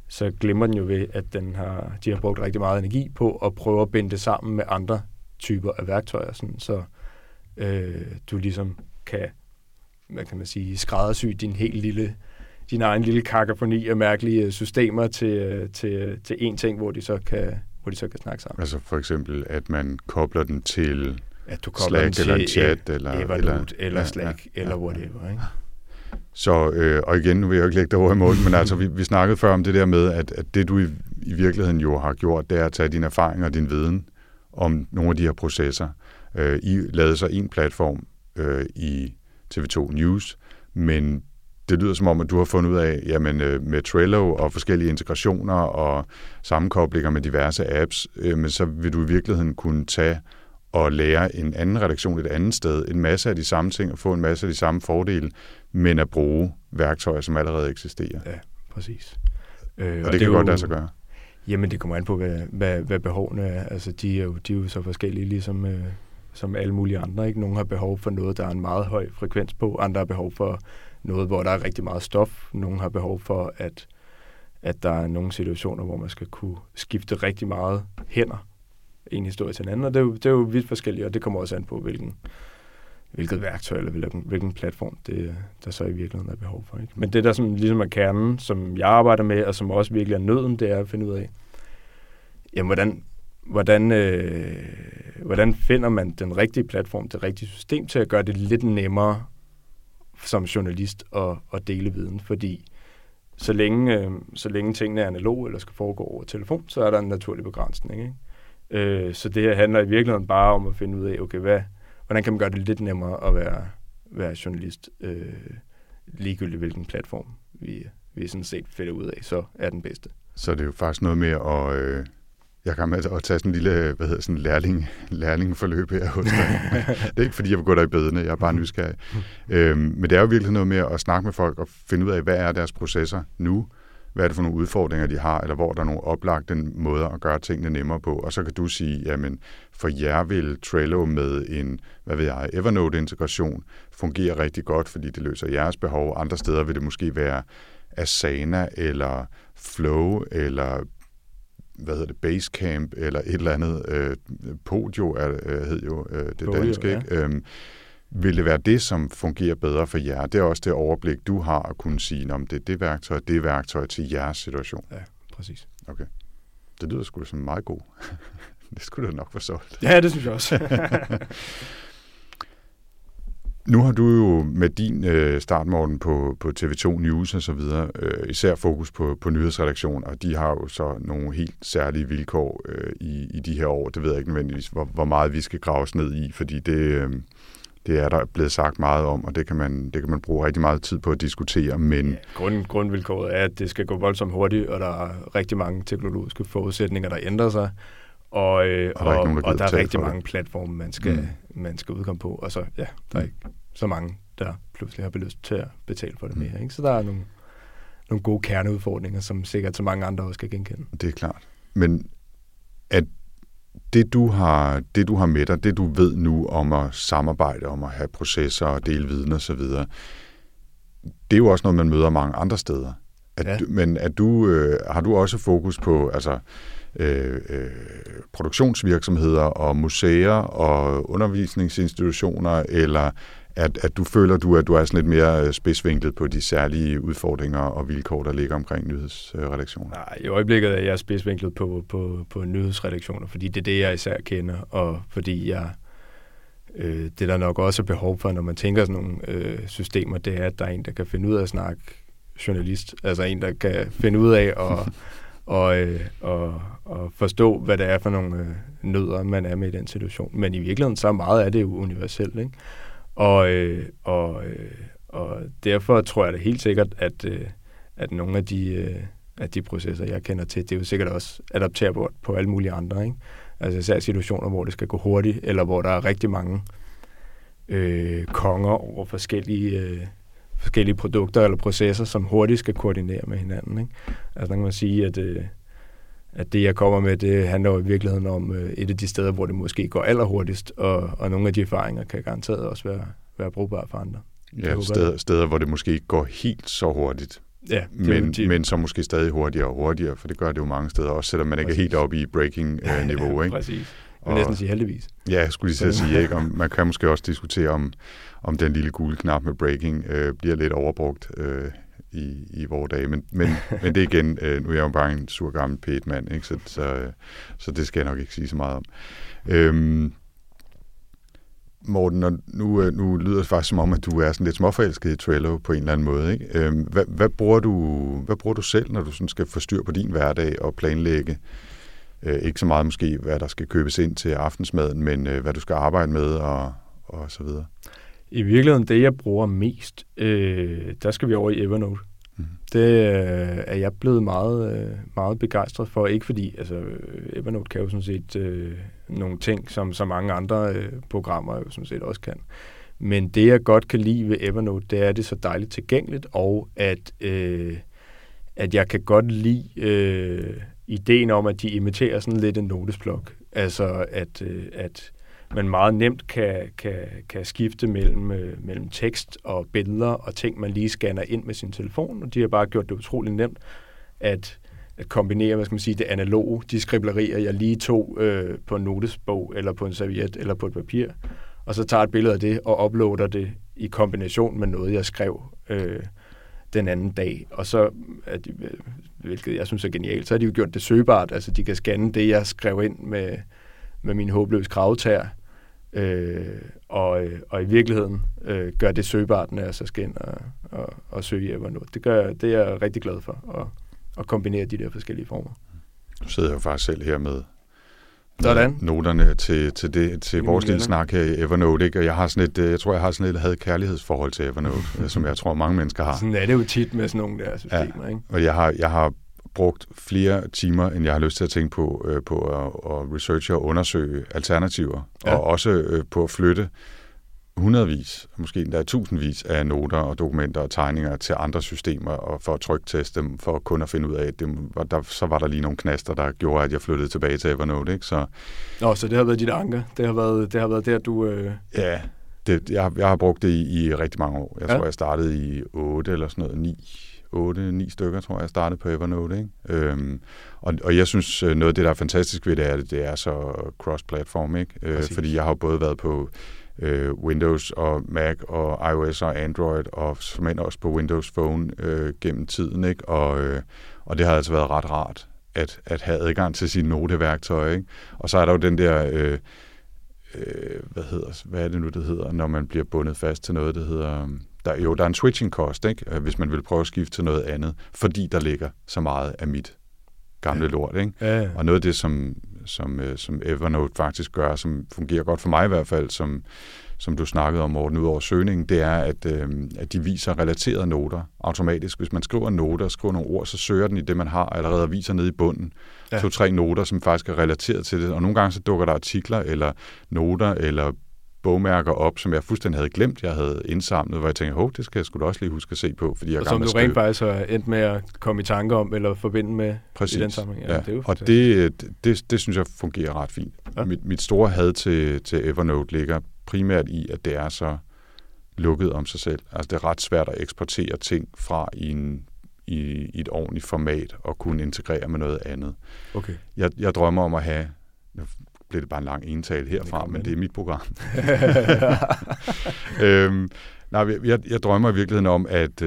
så glemmer den jo ved, at de har brugt rigtig meget energi på at prøve at binde det sammen med andre typer af værktøjer, sådan, så du ligesom kan, hvad kan man sige, skræddersy din egen lille kakafoni af mærkelige systemer til én ting, hvor de så kan snakke sammen. Altså for eksempel, at man kobler den til Slack eller en chat eller Evernote eller Slack eller whatever, ikke? Så, og igen, nu vil jeg jo ikke lægge dig over i mål, men altså, vi snakkede før om det der med, at det du i virkeligheden jo har gjort, det er at tage din erfaring og din viden om nogle af de her processer. I lavede så en platform i TV2 News, men det lyder som om, at du har fundet ud af, jamen med Trello og forskellige integrationer og sammenkoblinger med diverse apps, men så vil du i virkeligheden kunne tage og lære en anden redaktion et andet sted, en masse af de samme ting og få en masse af de samme fordele, men at bruge værktøjer, som allerede eksisterer. Ja, præcis. Og det kan godt lade sig gøre. Jamen, det kommer an på, hvad behovene er. Altså, de er jo så forskellige, ligesom som alle mulige andre. Ikke? Nogle har behov for noget, der er en meget høj frekvens på. Andre har behov for noget, hvor der er rigtig meget stof. Nogle har behov for, at der er nogle situationer, hvor man skal kunne skifte rigtig meget hænder en historie til en anden. Og det er jo vidt forskelligt, og det kommer også an på, hvilket værktøj eller hvilken platform der så i virkeligheden er behov for. Ikke? Men det, der som, ligesom er kernen, som jeg arbejder med, og som også virkelig er nøden, det er at finde ud af, jamen, hvordan finder man den rigtige platform, det rigtige system til at gøre det lidt nemmere som journalist at dele viden, fordi så længe tingene er analog eller skal foregå over telefon, så er der en naturlig begrænsning. Ikke? Så det her handler i virkeligheden bare om at finde ud af, okay, hvordan kan man gøre det lidt nemmere at være journalist, ligegyldigt hvilken platform vi sådan set finder ud af, så er den bedste. Så det er jo faktisk noget med at... Jeg kan med at tage sådan en lille, lærlingforløb her hos dig. Det er ikke, fordi jeg vil gå der i bedene, jeg er bare nysgerrig. Men det er jo virkelig noget med at snakke med folk og finde ud af, hvad er deres processer nu? Hvad er det for nogle udfordringer, de har, eller hvor der er nogle oplagte måder at gøre tingene nemmere på? Og så kan du sige, jamen, for jer vil Trello med en, Evernote-integration fungere rigtig godt, fordi det løser jeres behov. Andre steder vil det måske være Asana, eller Flow, eller Basecamp, eller et eller andet. Podio hed jo det danske, ja. Ikke? Vil det være det, som fungerer bedre for jer? Det er også det overblik, du har at kunne sige, om det er det værktøj til jeres situation. Ja, præcis. Okay. Det lyder sgu da som meget god. Det skulle da nok være solgt. Ja, det synes jeg også. Nu har du jo med din start, Morten, på TV2 News og så videre, især fokus på nyhedsredaktion, og de har jo så nogle helt særlige vilkår i de her år. Det ved jeg ikke nødvendigvis, hvor meget vi skal graves ned i, fordi det er der blevet sagt meget om, og det kan man bruge rigtig meget tid på at diskutere, men... Ja, grundvilkåret er, at det skal gå voldsomt hurtigt, og der er rigtig mange teknologiske forudsætninger, der ændrer sig, og der er rigtig mange platforme, man skal udkomme på, og så, ja, der er ikke så mange, der pludselig har lyst til at betale for det mere. Ikke? Så der er nogle gode kerneudfordringer, som sikkert så mange andre også skal genkende. Det er klart. Men at det du har med dig, det du ved nu om at samarbejde, om at have processer og dele viden og så videre, det er jo også noget, man møder mange andre steder. Men har du også fokus på produktionsvirksomheder og museer og undervisningsinstitutioner, eller at du føler, at du er sådan lidt mere spidsvinklet på de særlige udfordringer og vilkår, der ligger omkring nyhedsredaktioner? Nej, i øjeblikket er jeg spidsvinklet på nyhedsredaktioner, fordi det er det, jeg især kender, og fordi det der nok også er behov for, når man tænker sådan nogle systemer, det er, at der er en, der kan finde ud af at snakke journalist, altså en, der kan finde ud af og forstå, hvad det er for nogle nødder, man er med i den situation. Men i virkeligheden, så meget er det jo universelt, ikke? Og derfor tror jeg da helt sikkert, at nogle af de processer, jeg kender til, det er jo sikkert også adapterbart på alle mulige andre, ikke? Altså især situationer, hvor det skal gå hurtigt, eller hvor der er rigtig mange konger over forskellige produkter eller processer, som hurtigt skal koordinere med hinanden, ikke? Altså der kan man sige, at det, jeg kommer med, det handler jo i virkeligheden om et af de steder, hvor det måske går allerhurtigst, og nogle af de erfaringer kan garanteret også være brugbare for andre. Ja, steder, hvor det måske ikke går helt så hurtigt, Ja, men så måske stadig hurtigere og hurtigere, for det gør det jo mange steder, også selvom man ikke er helt oppe i breaking-niveau. Ikke? Præcis. Jeg vil næsten sige heldigvis. Ja, jeg skulle lige sige, ikke? Man kan måske også diskutere, om den lille gule knap med breaking bliver lidt overbrugt i vores dage. Men det igen, nu er jeg jo bare en sur gammel pæt-mand, ikke? Så det skal jeg nok ikke sige så meget om. Morten, nu lyder det faktisk som om, at du er sådan lidt småforelsket i Trello på en eller anden måde. Ikke? Hvad bruger du selv, når du sådan skal få styr på din hverdag og planlægge? Ikke så meget måske, hvad der skal købes ind til aftensmaden, men hvad du skal arbejde med og så videre. I virkeligheden, det jeg bruger mest, der skal vi over i Evernote. Det er jeg blevet meget, meget begejstret for. Ikke fordi, altså Evernote kan jo sådan set nogle ting, som så mange andre programmer jo sådan set også kan. Men det jeg godt kan lide ved Evernote, det er, at det er så dejligt tilgængeligt, og at jeg kan godt lide ideen om, at de imiterer sådan lidt en notesblok. Altså at man meget nemt kan skifte mellem tekst og billeder og ting, man lige scanner ind med sin telefon, og de har bare gjort det utroligt nemt at kombinere, hvad skal man sige, det analoge, de skriblerier, jeg lige tog på en notesbog, eller på en serviet, eller på et papir, og så tager et billede af det og uploader det i kombination med noget, jeg skrev den anden dag. Og så, hvilket jeg synes er genialt, så har de jo gjort det søgbart, altså de kan scanne det, jeg skrev ind med min håbløse kravtær, og i virkeligheden gør det søgbart, når jeg så skal ind og søge i Evernote. Det er jeg rigtig glad for, at kombinere de der forskellige former. Du sidder jo faktisk selv her med noterne til vores lille snak her i Evernote, ikke? Og jeg tror, jeg har sådan et kærlighedsforhold til Evernote, som jeg tror, mange mennesker har. Sådan er det jo tit med sådan nogle der systemer, ikke? Og jeg har brugt flere timer, end jeg har lyst til at tænke på at researche og undersøge alternativer, og også på at flytte hundredvis, måske endda tusindvis af noter og dokumenter og tegninger til andre systemer, og for at trykteste dem, for kun at finde ud af, at så var der lige nogle knaster, der gjorde, at jeg flyttede tilbage til Evernote, ikke? Så det har været dit anker? Det har været der, du... Ja, jeg har brugt det i rigtig mange år. Jeg tror, jeg startede i 8 eller sådan noget, 9 stykker, tror jeg startede på Evernote. Ikke? Og jeg synes, noget af det, der er fantastisk ved det er så cross-platform, ikke? Fordi jeg har både været på Windows og Mac og iOS og Android, og såmænd også på Windows Phone gennem tiden, ikke? Og det har altså været ret rart at have adgang til sine noteværktøjer, ikke? Og så er der jo den der... hvad er det nu, det hedder, når man bliver bundet fast til noget, det hedder... Der er en switching cost, ikke? Hvis man vil prøve at skifte til noget andet, fordi der ligger så meget af mit gamle lort, ikke? Ja. Og noget af det, som Evernote faktisk gør, som fungerer godt for mig i hvert fald, som du snakkede om, Morten, ud over søgningen, det er, at de viser relaterede noter automatisk. Hvis man skriver noter og skriver nogle ord, så søger den i det, man har allerede og viser nede i bunden. 2-3 noter, som faktisk er relateret til det. Og nogle gange så dukker der artikler eller noter eller bogmærker op, som jeg fuldstændig havde glemt, jeg havde indsamlet, hvor jeg tænkte, det skal jeg sgu da også lige huske at se på, fordi jeg som du rent faktisk har endt med at komme i tanker om, eller forbinde med i den sammenhæng. Ja. Det synes jeg fungerer ret fint. Ja. Mit store had til Evernote ligger primært i, at det er så lukket om sig selv. Altså det er ret svært at eksportere ting fra i et ordentligt format og kunne integrere med noget andet. Okay. Jeg drømmer om at have... bliver det bare en lang entale herfra, men det er mit program. Jeg drømmer i virkeligheden om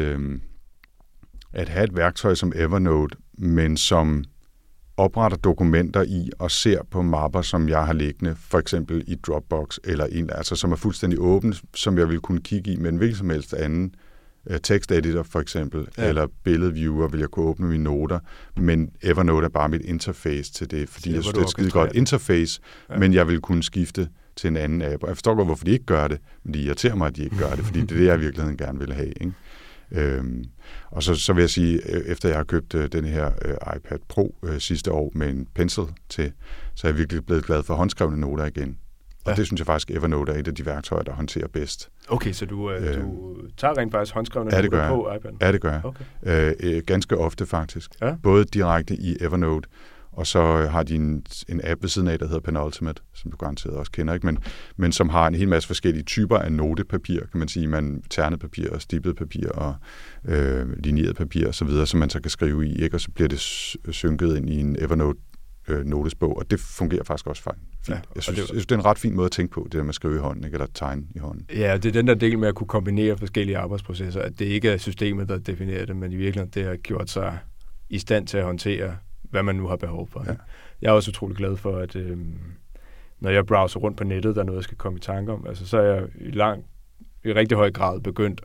at have et værktøj som Evernote, men som opretter dokumenter i og ser på mapper, som jeg har liggende, for eksempel i Dropbox, eller altså som er fuldstændig åben, som jeg vil kunne kigge i med en hvilken som helst anden teksteditor for eksempel, eller billedviewer vil jeg kunne åbne mine noter, men Evernote er bare mit interface til det, fordi jeg synes, det er et skide godt interface, men jeg vil kunne skifte til en anden app. Og jeg forstår godt, hvorfor de ikke gør det, men det irriterer mig, at de ikke gør det, fordi det er det, jeg i virkeligheden gerne vil have. Ikke? Og så vil jeg sige, efter jeg har købt den her iPad Pro sidste år med en pencil til, så er jeg virkelig blevet glad for håndskrevne noter igen. Og det synes jeg faktisk, Evernote er et af de værktøjer, der håndterer bedst. Okay, så du tager rent faktisk håndskrevne noter på iPad'en? Ja, det gør jeg. Okay. Ganske ofte faktisk. Ja. Både direkte i Evernote, og så har de en app ved siden af, der hedder Penultimate, som du garanteret også kender, ikke? Men som har en hel masse forskellige typer af notepapir, kan man sige, ternet papir og stiplet papir og linjeret papir og så videre, som man så kan skrive i, ikke? Og så bliver det synket ind i en Evernote notesbog, og det fungerer faktisk også fint. Ja, jeg synes, det er en ret fin måde at tænke på, det der med at skrive i hånden, ikke? Eller tegne i hånden. Ja, det er den der del med at kunne kombinere forskellige arbejdsprocesser, at det ikke er systemet, der definerer det, men i virkeligheden det har gjort sig i stand til at håndtere, hvad man nu har behov for. Ja. Jeg er også utrolig glad for, at når jeg browser rundt på nettet, der er noget, jeg skal komme i tanke om, altså, så er jeg i rigtig høj grad begyndt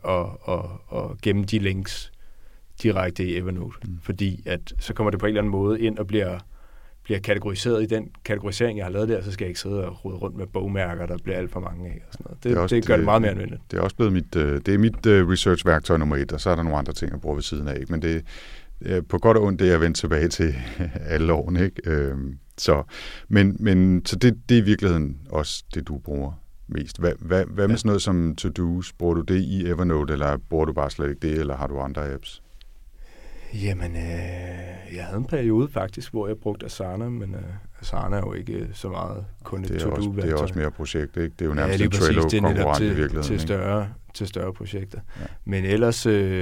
at gemme de links direkte i Evernote, fordi at så kommer det på en eller anden måde ind og bliver kategoriseret i den kategorisering, jeg har lavet der, så skal jeg ikke sidde og rode rundt med bogmærker, der bliver alt for mange af. Og sådan noget. Det gør det meget mere anvendeligt. Det er også blevet mit research-værktøj nummer 1, og så er der nogle andre ting, jeg bruger ved siden af. Men det på godt og ondt, det er jeg vendt tilbage til alle årene. Ikke? Så det er i virkeligheden også det, du bruger mest. Hvad med sådan noget som to-dos? Bruger du det i Evernote, eller bruger du bare slet ikke det, eller har du andre apps? Jamen, jeg havde en periode faktisk, hvor jeg brugte Asana, men Asana er jo ikke så meget kun et to-do-værktøj. Det er også mere projekt, ikke? Det er jo nærmest en Trello-konkurrent i virkeligheden. Til større projekter. Ja. Men ellers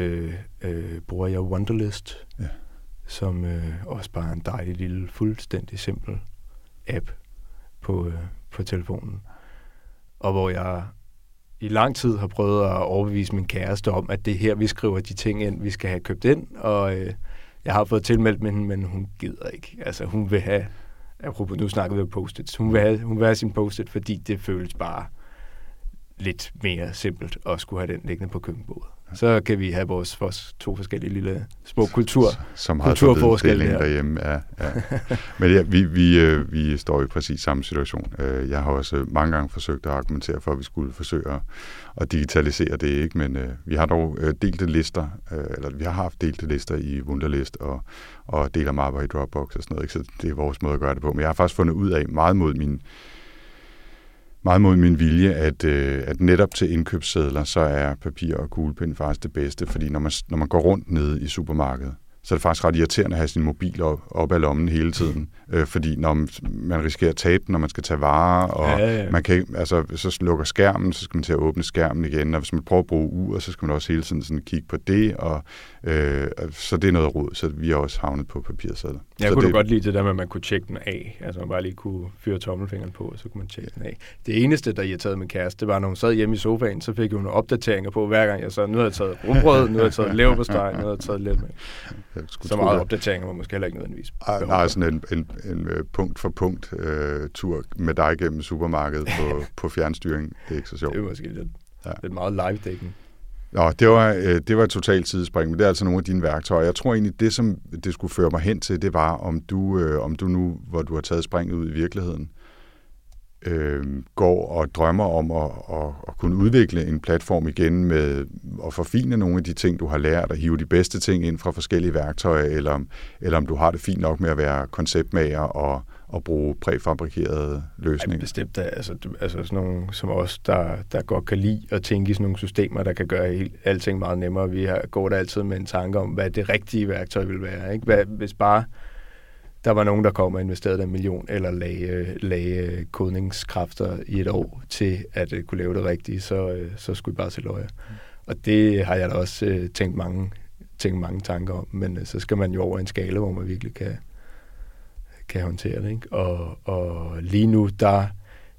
bruger jeg Wunderlist, som også bare er en dejlig lille, fuldstændig simpel app på telefonen. Og hvor jeg i lang tid har prøvet at overbevise min kæreste om, at det er her, vi skriver de ting ind, vi skal have købt ind, og jeg har fået tilmeldt med hende, men hun gider ikke. Altså hun vil have, apropos nu snakkede vi om post-its, hun vil have sin post-it, fordi det føles bare lidt mere simpelt at skulle have den liggende på køkkenbordet. Så kan vi have vores to forskellige lille små kulturforskelle derhjemme. Ja. Men ja, vi står i præcis samme situation. Jeg har også mange gange forsøgt at argumentere for, at vi skulle forsøge at digitalisere det, ikke? Men vi har dog delte lister, eller vi har haft delte lister i Wunderlist og deler mapper i Dropbox og sådan noget, ikke? Så det er vores måde at gøre det på. Men jeg har faktisk fundet ud af meget mod min vilje, at netop til indkøbssedler, så er papir og kuglepen faktisk det bedste, fordi når man går rundt nede i supermarkedet, så er det faktisk ret irriterende at have sin mobil op ad lommen hele tiden, fordi når man risikerer at tabe den, når man skal tage varer, og man kan, altså, så slukker skærmen, så skal man til at åbne skærmen igen, og hvis man prøver at bruge ur, så skal man også hele tiden sådan kigge på det, og så det er noget rod, så vi har også havnet på papirsedler. Jeg kunne godt lide det der med, at man kunne tjekke den af, altså man bare lige kunne fyre tommelfingeren på, og så kunne man tjekke den af. Det eneste, der irriterede min kæreste, det var, når hun sad hjemme i sofaen, så fik hun nogle opdateringer på, hver gang jeg så, nu har jeg taget rugbrød, nu har jeg taget leverpostej, nu har jeg taget lidt med. Så meget opdateringer var måske heller ikke nødvendigvis. Nej, sådan en punkt for punkt tur med dig gennem supermarkedet på fjernstyring. Det er ikke så sjovt. Det er måske lidt meget live-dækken. Nå, det var et totalt sidespring, men det er altså nogle af dine værktøjer. Jeg tror egentlig, det som det skulle føre mig hen til, det var, om du nu, hvor du har taget springet ud i virkeligheden, går og drømmer om at kunne udvikle en platform igen med at forfine nogle af de ting, du har lært, og hive de bedste ting ind fra forskellige værktøjer, eller om du har det fint nok med at være konceptmager og bruge præfabrikerede løsninger. Ja, bestemt. Altså sådan nogle som os, der godt kan lide at tænke i sådan nogle systemer, der kan gøre alting meget nemmere. Vi går der altid med en tanke om, hvad det rigtige værktøj vil være. Ikke? Hvis bare der var nogen, der kom og investerede 1 million, eller lagde kodningskræfter i et år til at kunne lave det rigtige, så skulle vi bare se løje. Og det har jeg da også tænkt mange tanker om, men så skal man jo over en skala, hvor man virkelig kan håndtere det. Ikke? Og lige nu, der,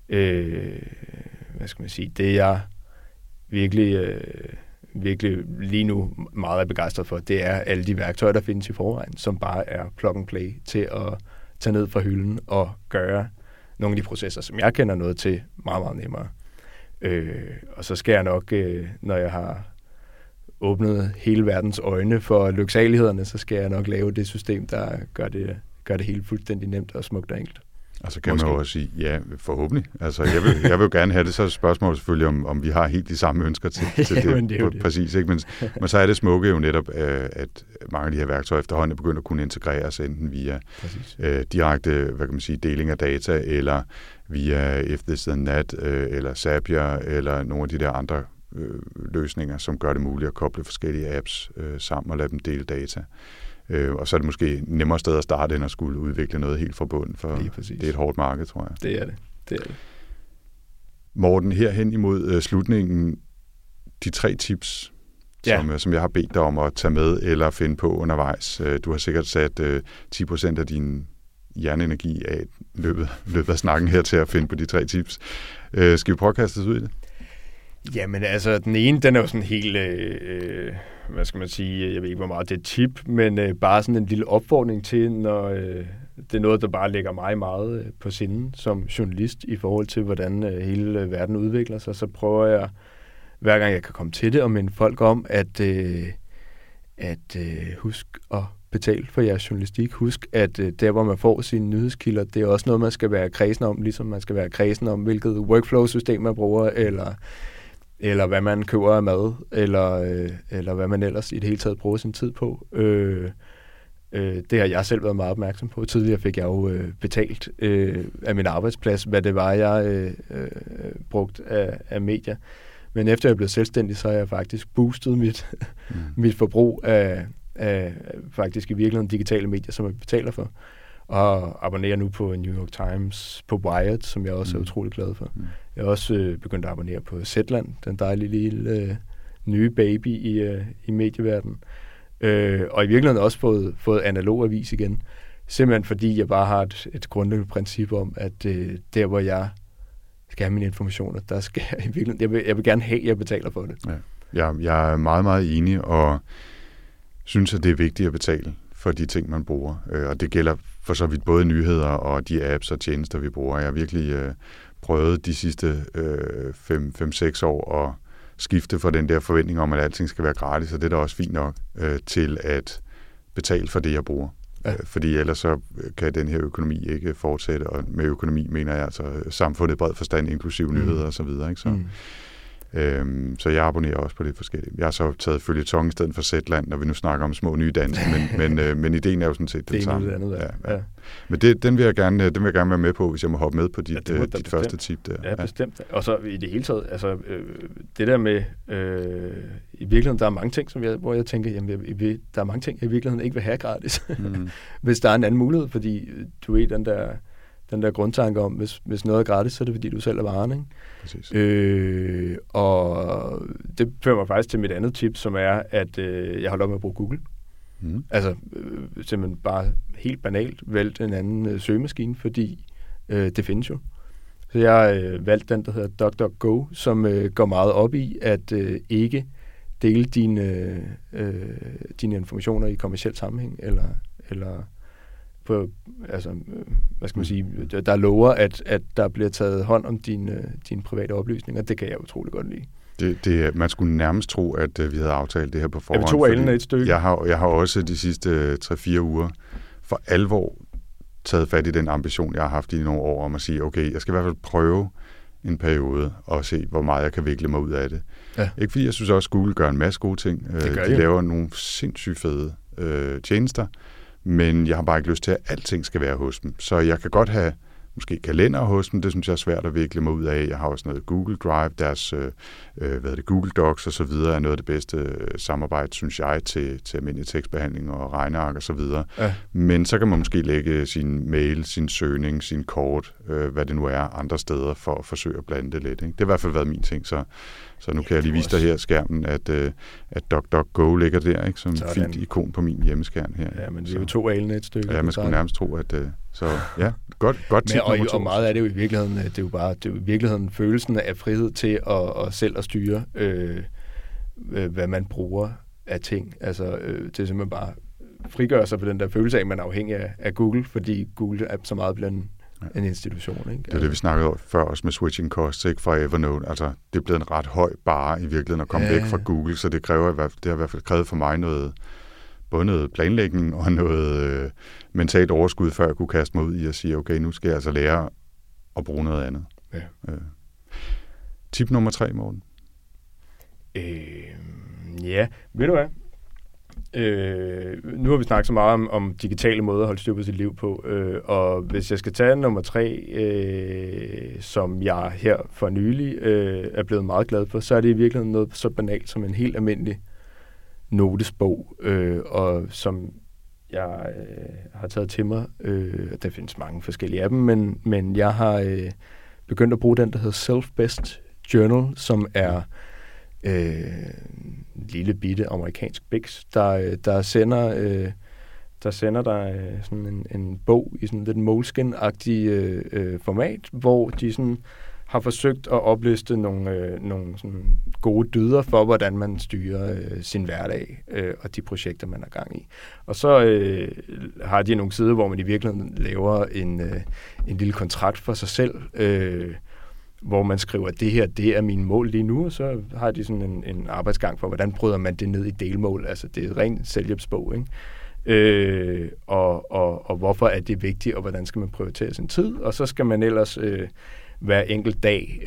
hvad skal man sige, det jeg virkelig lige nu meget er begejstret for, det er alle de værktøjer, der findes i forvejen, som bare er plug and play til at tage ned fra hylden og gøre nogle af de processer, som jeg kender noget til, meget, meget nemmere. Og så skal jeg nok, når jeg har åbnet hele verdens øjne for lyksalighederne, så skal jeg nok lave det system, der gør det hele fuldstændig nemt og smukt og enkelt. Og så kan man jo også sige, ja, forhåbentlig. Altså, jeg vil jo gerne have det, så er spørgsmålet selvfølgelig, om vi har helt de samme ønsker til det. Præcis, ikke? Men så er det smukke jo netop, at mange af de her værktøjer efterhånden er begyndt at kunne integreres enten via direkte, hvad kan man sige, deling af data, eller via If This Then That, eller Zapier, eller nogle af de der andre løsninger, som gør det muligt at koble forskellige apps sammen og lade dem dele data. Og så er det måske nemmere sted at starte, end at skulle udvikle noget helt fra bunden, for det er et hårdt marked, tror jeg. Det er det. Morten, herhen imod slutningen, de 3 tips, som jeg har bedt dig om at tage med eller finde på undervejs. Du har sikkert sat 10% af din hjerneenergi af løbet af snakken her til at finde på de 3 tips. Skal vi prøve at kaste os ud i det? Jamen altså, den ene, den er jo sådan helt, hvad skal man sige, jeg ved ikke, hvor meget det er tip, men bare sådan en lille opfordring til, når det er noget, der bare ligger mig meget på sinden som journalist i forhold til, hvordan hele verden udvikler sig, så prøver jeg, hver gang jeg kan komme til det, og minde folk om, at husk at betale for jeres journalistik. Husk, at der, hvor man får sine nyhedskilder, det er også noget, man skal være kredsen om, ligesom man skal være kredsen om, hvilket workflow-system man bruger, eller hvad man køber af mad, eller hvad man ellers i det hele taget bruger sin tid på. Det har jeg selv været meget opmærksom på. Tidligere fik jeg jo betalt af min arbejdsplads, hvad det var, jeg brugt af medier. Men efter jeg blev selvstændig, så har jeg faktisk boostet mit forbrug af faktisk i virkeligheden digitale medier, som jeg betaler for. Og abonnerer nu på New York Times, på Wired, som jeg også er utrolig glad for. Jeg har også begyndt at abonnere på Zetland, den dejlige lille nye baby i medieverdenen. Og i virkeligheden også fået analog avis igen. Simpelthen fordi jeg bare har et grundlæggende princip om, at der, hvor jeg skal have mine informationer, der skal jeg i virkeligheden, jeg vil gerne have, at jeg betaler for det. Ja. Jeg er meget, meget enig, og synes, at det er vigtigt at betale for de ting, man bruger. Og det gælder for så vidt både nyheder og de apps og tjenester, vi bruger. Jeg har virkelig prøvet de sidste 5-6 år at skifte fra den der forventning om, at alting skal være gratis, og det er da også fint nok, til at betale for det, jeg bruger. Ja. Fordi ellers så kan den her økonomi ikke fortsætte, og med økonomi mener jeg altså samfundet i bred forstand, inklusive nyheder og så videre. Ikke? Så jeg abonnerer også på det forskellige. Jeg har så taget føljeton i stedet for Zetland, når vi nu snakker om små nye danse, men ideen er jo sådan set den samme. Ja. Men den vil jeg gerne være med på, hvis jeg må hoppe med på dit første tip der. Ja, bestemt. Og så i det hele taget, altså det der med, i virkeligheden, der er mange ting, hvor jeg tænker, jamen, der er mange ting, jeg i virkeligheden ikke vil have gratis. Hvis der er en anden mulighed, fordi du ved, den der grundtanke om, hvis noget er gratis, så er det fordi, du selv er varen, ikke? Præcis. Og det fører mig faktisk til mit andet tip, som er, at jeg holder op med at bruge Google. Altså simpelthen bare helt banalt valgt en anden søgemaskine, fordi det findes jo. Så jeg valgte den, der hedder DuckDuckGo, som går meget op i at ikke dele dine informationer i kommerciel sammenhæng, eller på, altså, hvad skal man sige, der lover, at der bliver taget hånd om dine private oplysninger. Det kan jeg utrolig godt lide. Man skulle nærmest tro, at vi havde aftalt det her på forhånd. Ja, vi tog alen af et stykke. Jeg har også de sidste 3-4 uger for alvor taget fat i den ambition, jeg har haft i nogle år om at sige, okay, jeg skal i hvert fald prøve en periode og se, hvor meget jeg kan vikle mig ud af det. Ja. Ikke fordi jeg synes også, at Google gør en masse gode ting. De laver nogle sindssygt fede tjenester, men jeg har bare ikke lyst til, at alting skal være hos dem. Så jeg kan godt have måske kalender hos dem, det synes jeg er svært at vikle mig ud af. Jeg har også noget Google Drive, deres Google Docs og så videre er noget af det bedste samarbejde, synes jeg, til almindelig tekstbehandling og regneark og så videre. Ja. Men så kan man måske lægge sin mail, sin søgning, sin kort, hvad det nu er, andre steder for at forsøge at blande det lidt. Ikke? Det har i hvert fald været min ting, så nu kan jeg lige vise dig her skærmen, at DuckDuckGo ligger der, ikke? Som et fint ikon på min hjemmeskærm her. Ja, men vi er jo to alene et stykke. Ja, man skulle nærmest tro, at så ja, godt tip nummer 2. Og meget af det jo i virkeligheden, det er jo i virkeligheden følelsen af frihed til at selv at styre, hvad man bruger af ting. Altså, det er simpelthen bare frigøre sig på den der følelse af, at man er afhængig af Google, fordi Google er så meget blandt en institution. Ikke? Det er det, vi snakkede om før også med switching costs, ikke, fra Evernote. Altså, det er blevet en ret høj barre i virkeligheden at komme væk fra Google, så det har i hvert fald krævet for mig både noget planlægning og noget mentalt overskud, før jeg kunne kaste mig ud i at sige, okay, nu skal jeg altså lære at bruge noget andet. Ja. Tip nummer 3, Morten. Ja, ved du hvad? Nu har vi snakket så meget om digitale måder at holde styr på sit liv på, og hvis jeg skal tage nummer 3, som jeg her for nylig er blevet meget glad for, så er det i virkeligheden noget så banalt som en helt almindelig notesbog, og som jeg har taget til mig. Der findes mange forskellige af dem, men jeg har begyndt at bruge den, der hedder Self-Best Journal, som er lille bitte amerikansk biks, der sender dig sådan en bog i sådan lidt Moleskine-agtig format, hvor de sådan har forsøgt at opliste nogle sådan gode dyder for, hvordan man styrer sin hverdag og de projekter, man er gang i. Og så har de nogle sider, hvor man i virkeligheden laver en lille kontrakt for sig selv, hvor man skriver, at det er mine mål lige nu, og så har de sådan en arbejdsgang for, hvordan bryder man det ned i delmål. Altså, det er et rent selvhjælpsbog, ikke? Og hvorfor er det vigtigt, og hvordan skal man prioritere sin tid? Og så skal man ellers hver enkelt dag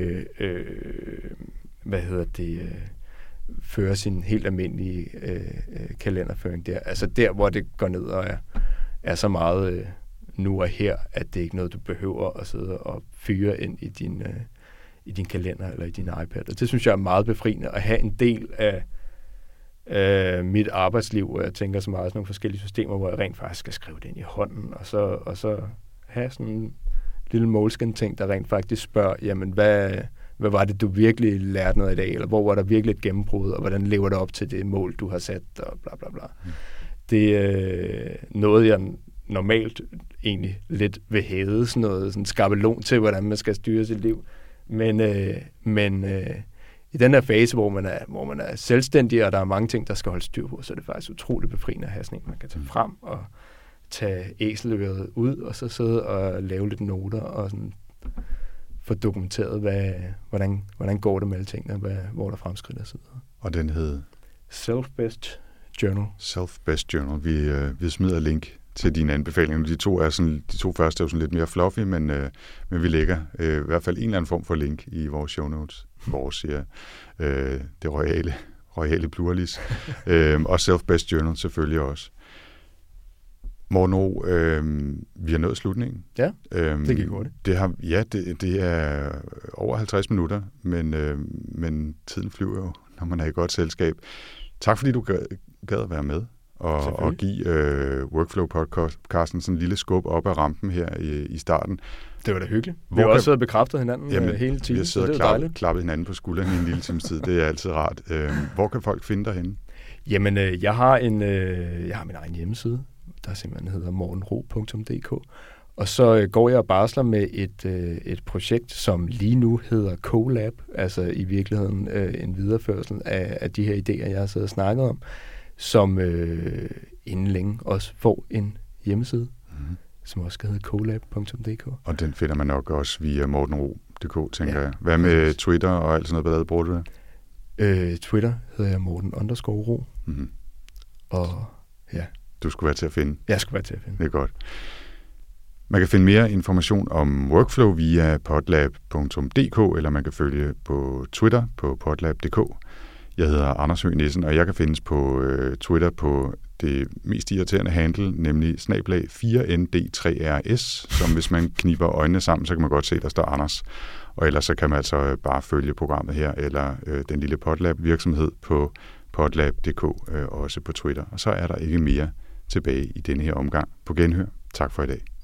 føre sin helt almindelige kalenderføring der. Altså der, hvor det går ned og er så meget nu og her, at det ikke er noget, du behøver at sidde og fyre ind i din kalender eller i din iPad. Og det synes jeg er meget befriende at have en del af mit arbejdsliv, hvor jeg tænker så meget sådan nogle forskellige systemer, hvor jeg rent faktisk skal skrive det ind i hånden, og så have sådan en lille Moleskine-ting, der rent faktisk spørger, jamen, hvad var det, du virkelig lærte noget i dag, eller hvor var der virkelig et gennembrud, og hvordan lever det op til det mål, du har sat, og bla bla bla. Det er noget, jeg normalt egentlig lidt vil hæve, sådan en skabelon til, hvordan man skal styre sit liv. Men i den her fase, hvor man er selvstændig, og der er mange ting, der skal holde styr på, så er det faktisk utroligt befriende at have sådan en, man kan tage frem og tage æseløret ud, og så sidde og lave lidt noter, og sådan få dokumenteret, hvordan går det med alle tingene, hvor der fremskridt og så videre. Og den hed? Self-Best Journal. Self-Best Journal. Vi smider link til dine anbefalinger. De to første er jo sådan lidt mere fluffy, men vi lægger i hvert fald en eller anden form for link i vores show notes. Det royale pluralis. Og Self-Best Journal selvfølgelig også. Morten O, vi har nået slutningen. Ja, det gik hurtigt. Det er over 50 minutter, men tiden flyver jo, når man er i godt selskab. Tak fordi du gad at være med og give Workflow-podcasten sådan en lille skub op ad rampen her i starten. Det var da hyggeligt. Vi har også siddet og bekræftet hinanden hele tiden. Vi har siddet og klappet hinanden på skulderen i en lille times tid. Det er altid rart. Hvor kan folk finde dig henne? Jamen, jeg har min egen hjemmeside, der simpelthen hedder mortenro.dk. Og så går jeg og barsler med et projekt, som lige nu hedder CoLab, altså i virkeligheden en videreførsel af de her idéer, jeg har siddet og snakket om, som inden længe også får en hjemmeside, som også skal hedde colab.dk. Og den finder man nok også via mortenro.dk, tænker jeg. Hvad med Twitter og alt sådan noget, bruger du det? Twitter hedder jeg Morten_ro. Mm-hmm. Og ja. Du skulle være til at finde. Jeg skulle være til at finde. Det er godt. Man kan finde mere information om Workflow via podlab.dk, eller man kan følge på Twitter på podlab.dk. Jeg hedder Anders Høgh Nissen, og jeg kan findes på Twitter på det mest irriterende handle, nemlig @4nd3rs, som hvis man kniber øjnene sammen, så kan man godt se, der står Anders. Og ellers så kan man altså bare følge programmet her, eller den lille Podlab-virksomhed på podlab.dk, også på Twitter. Og så er der ikke mere tilbage i denne her omgang. På genhør. Tak for i dag.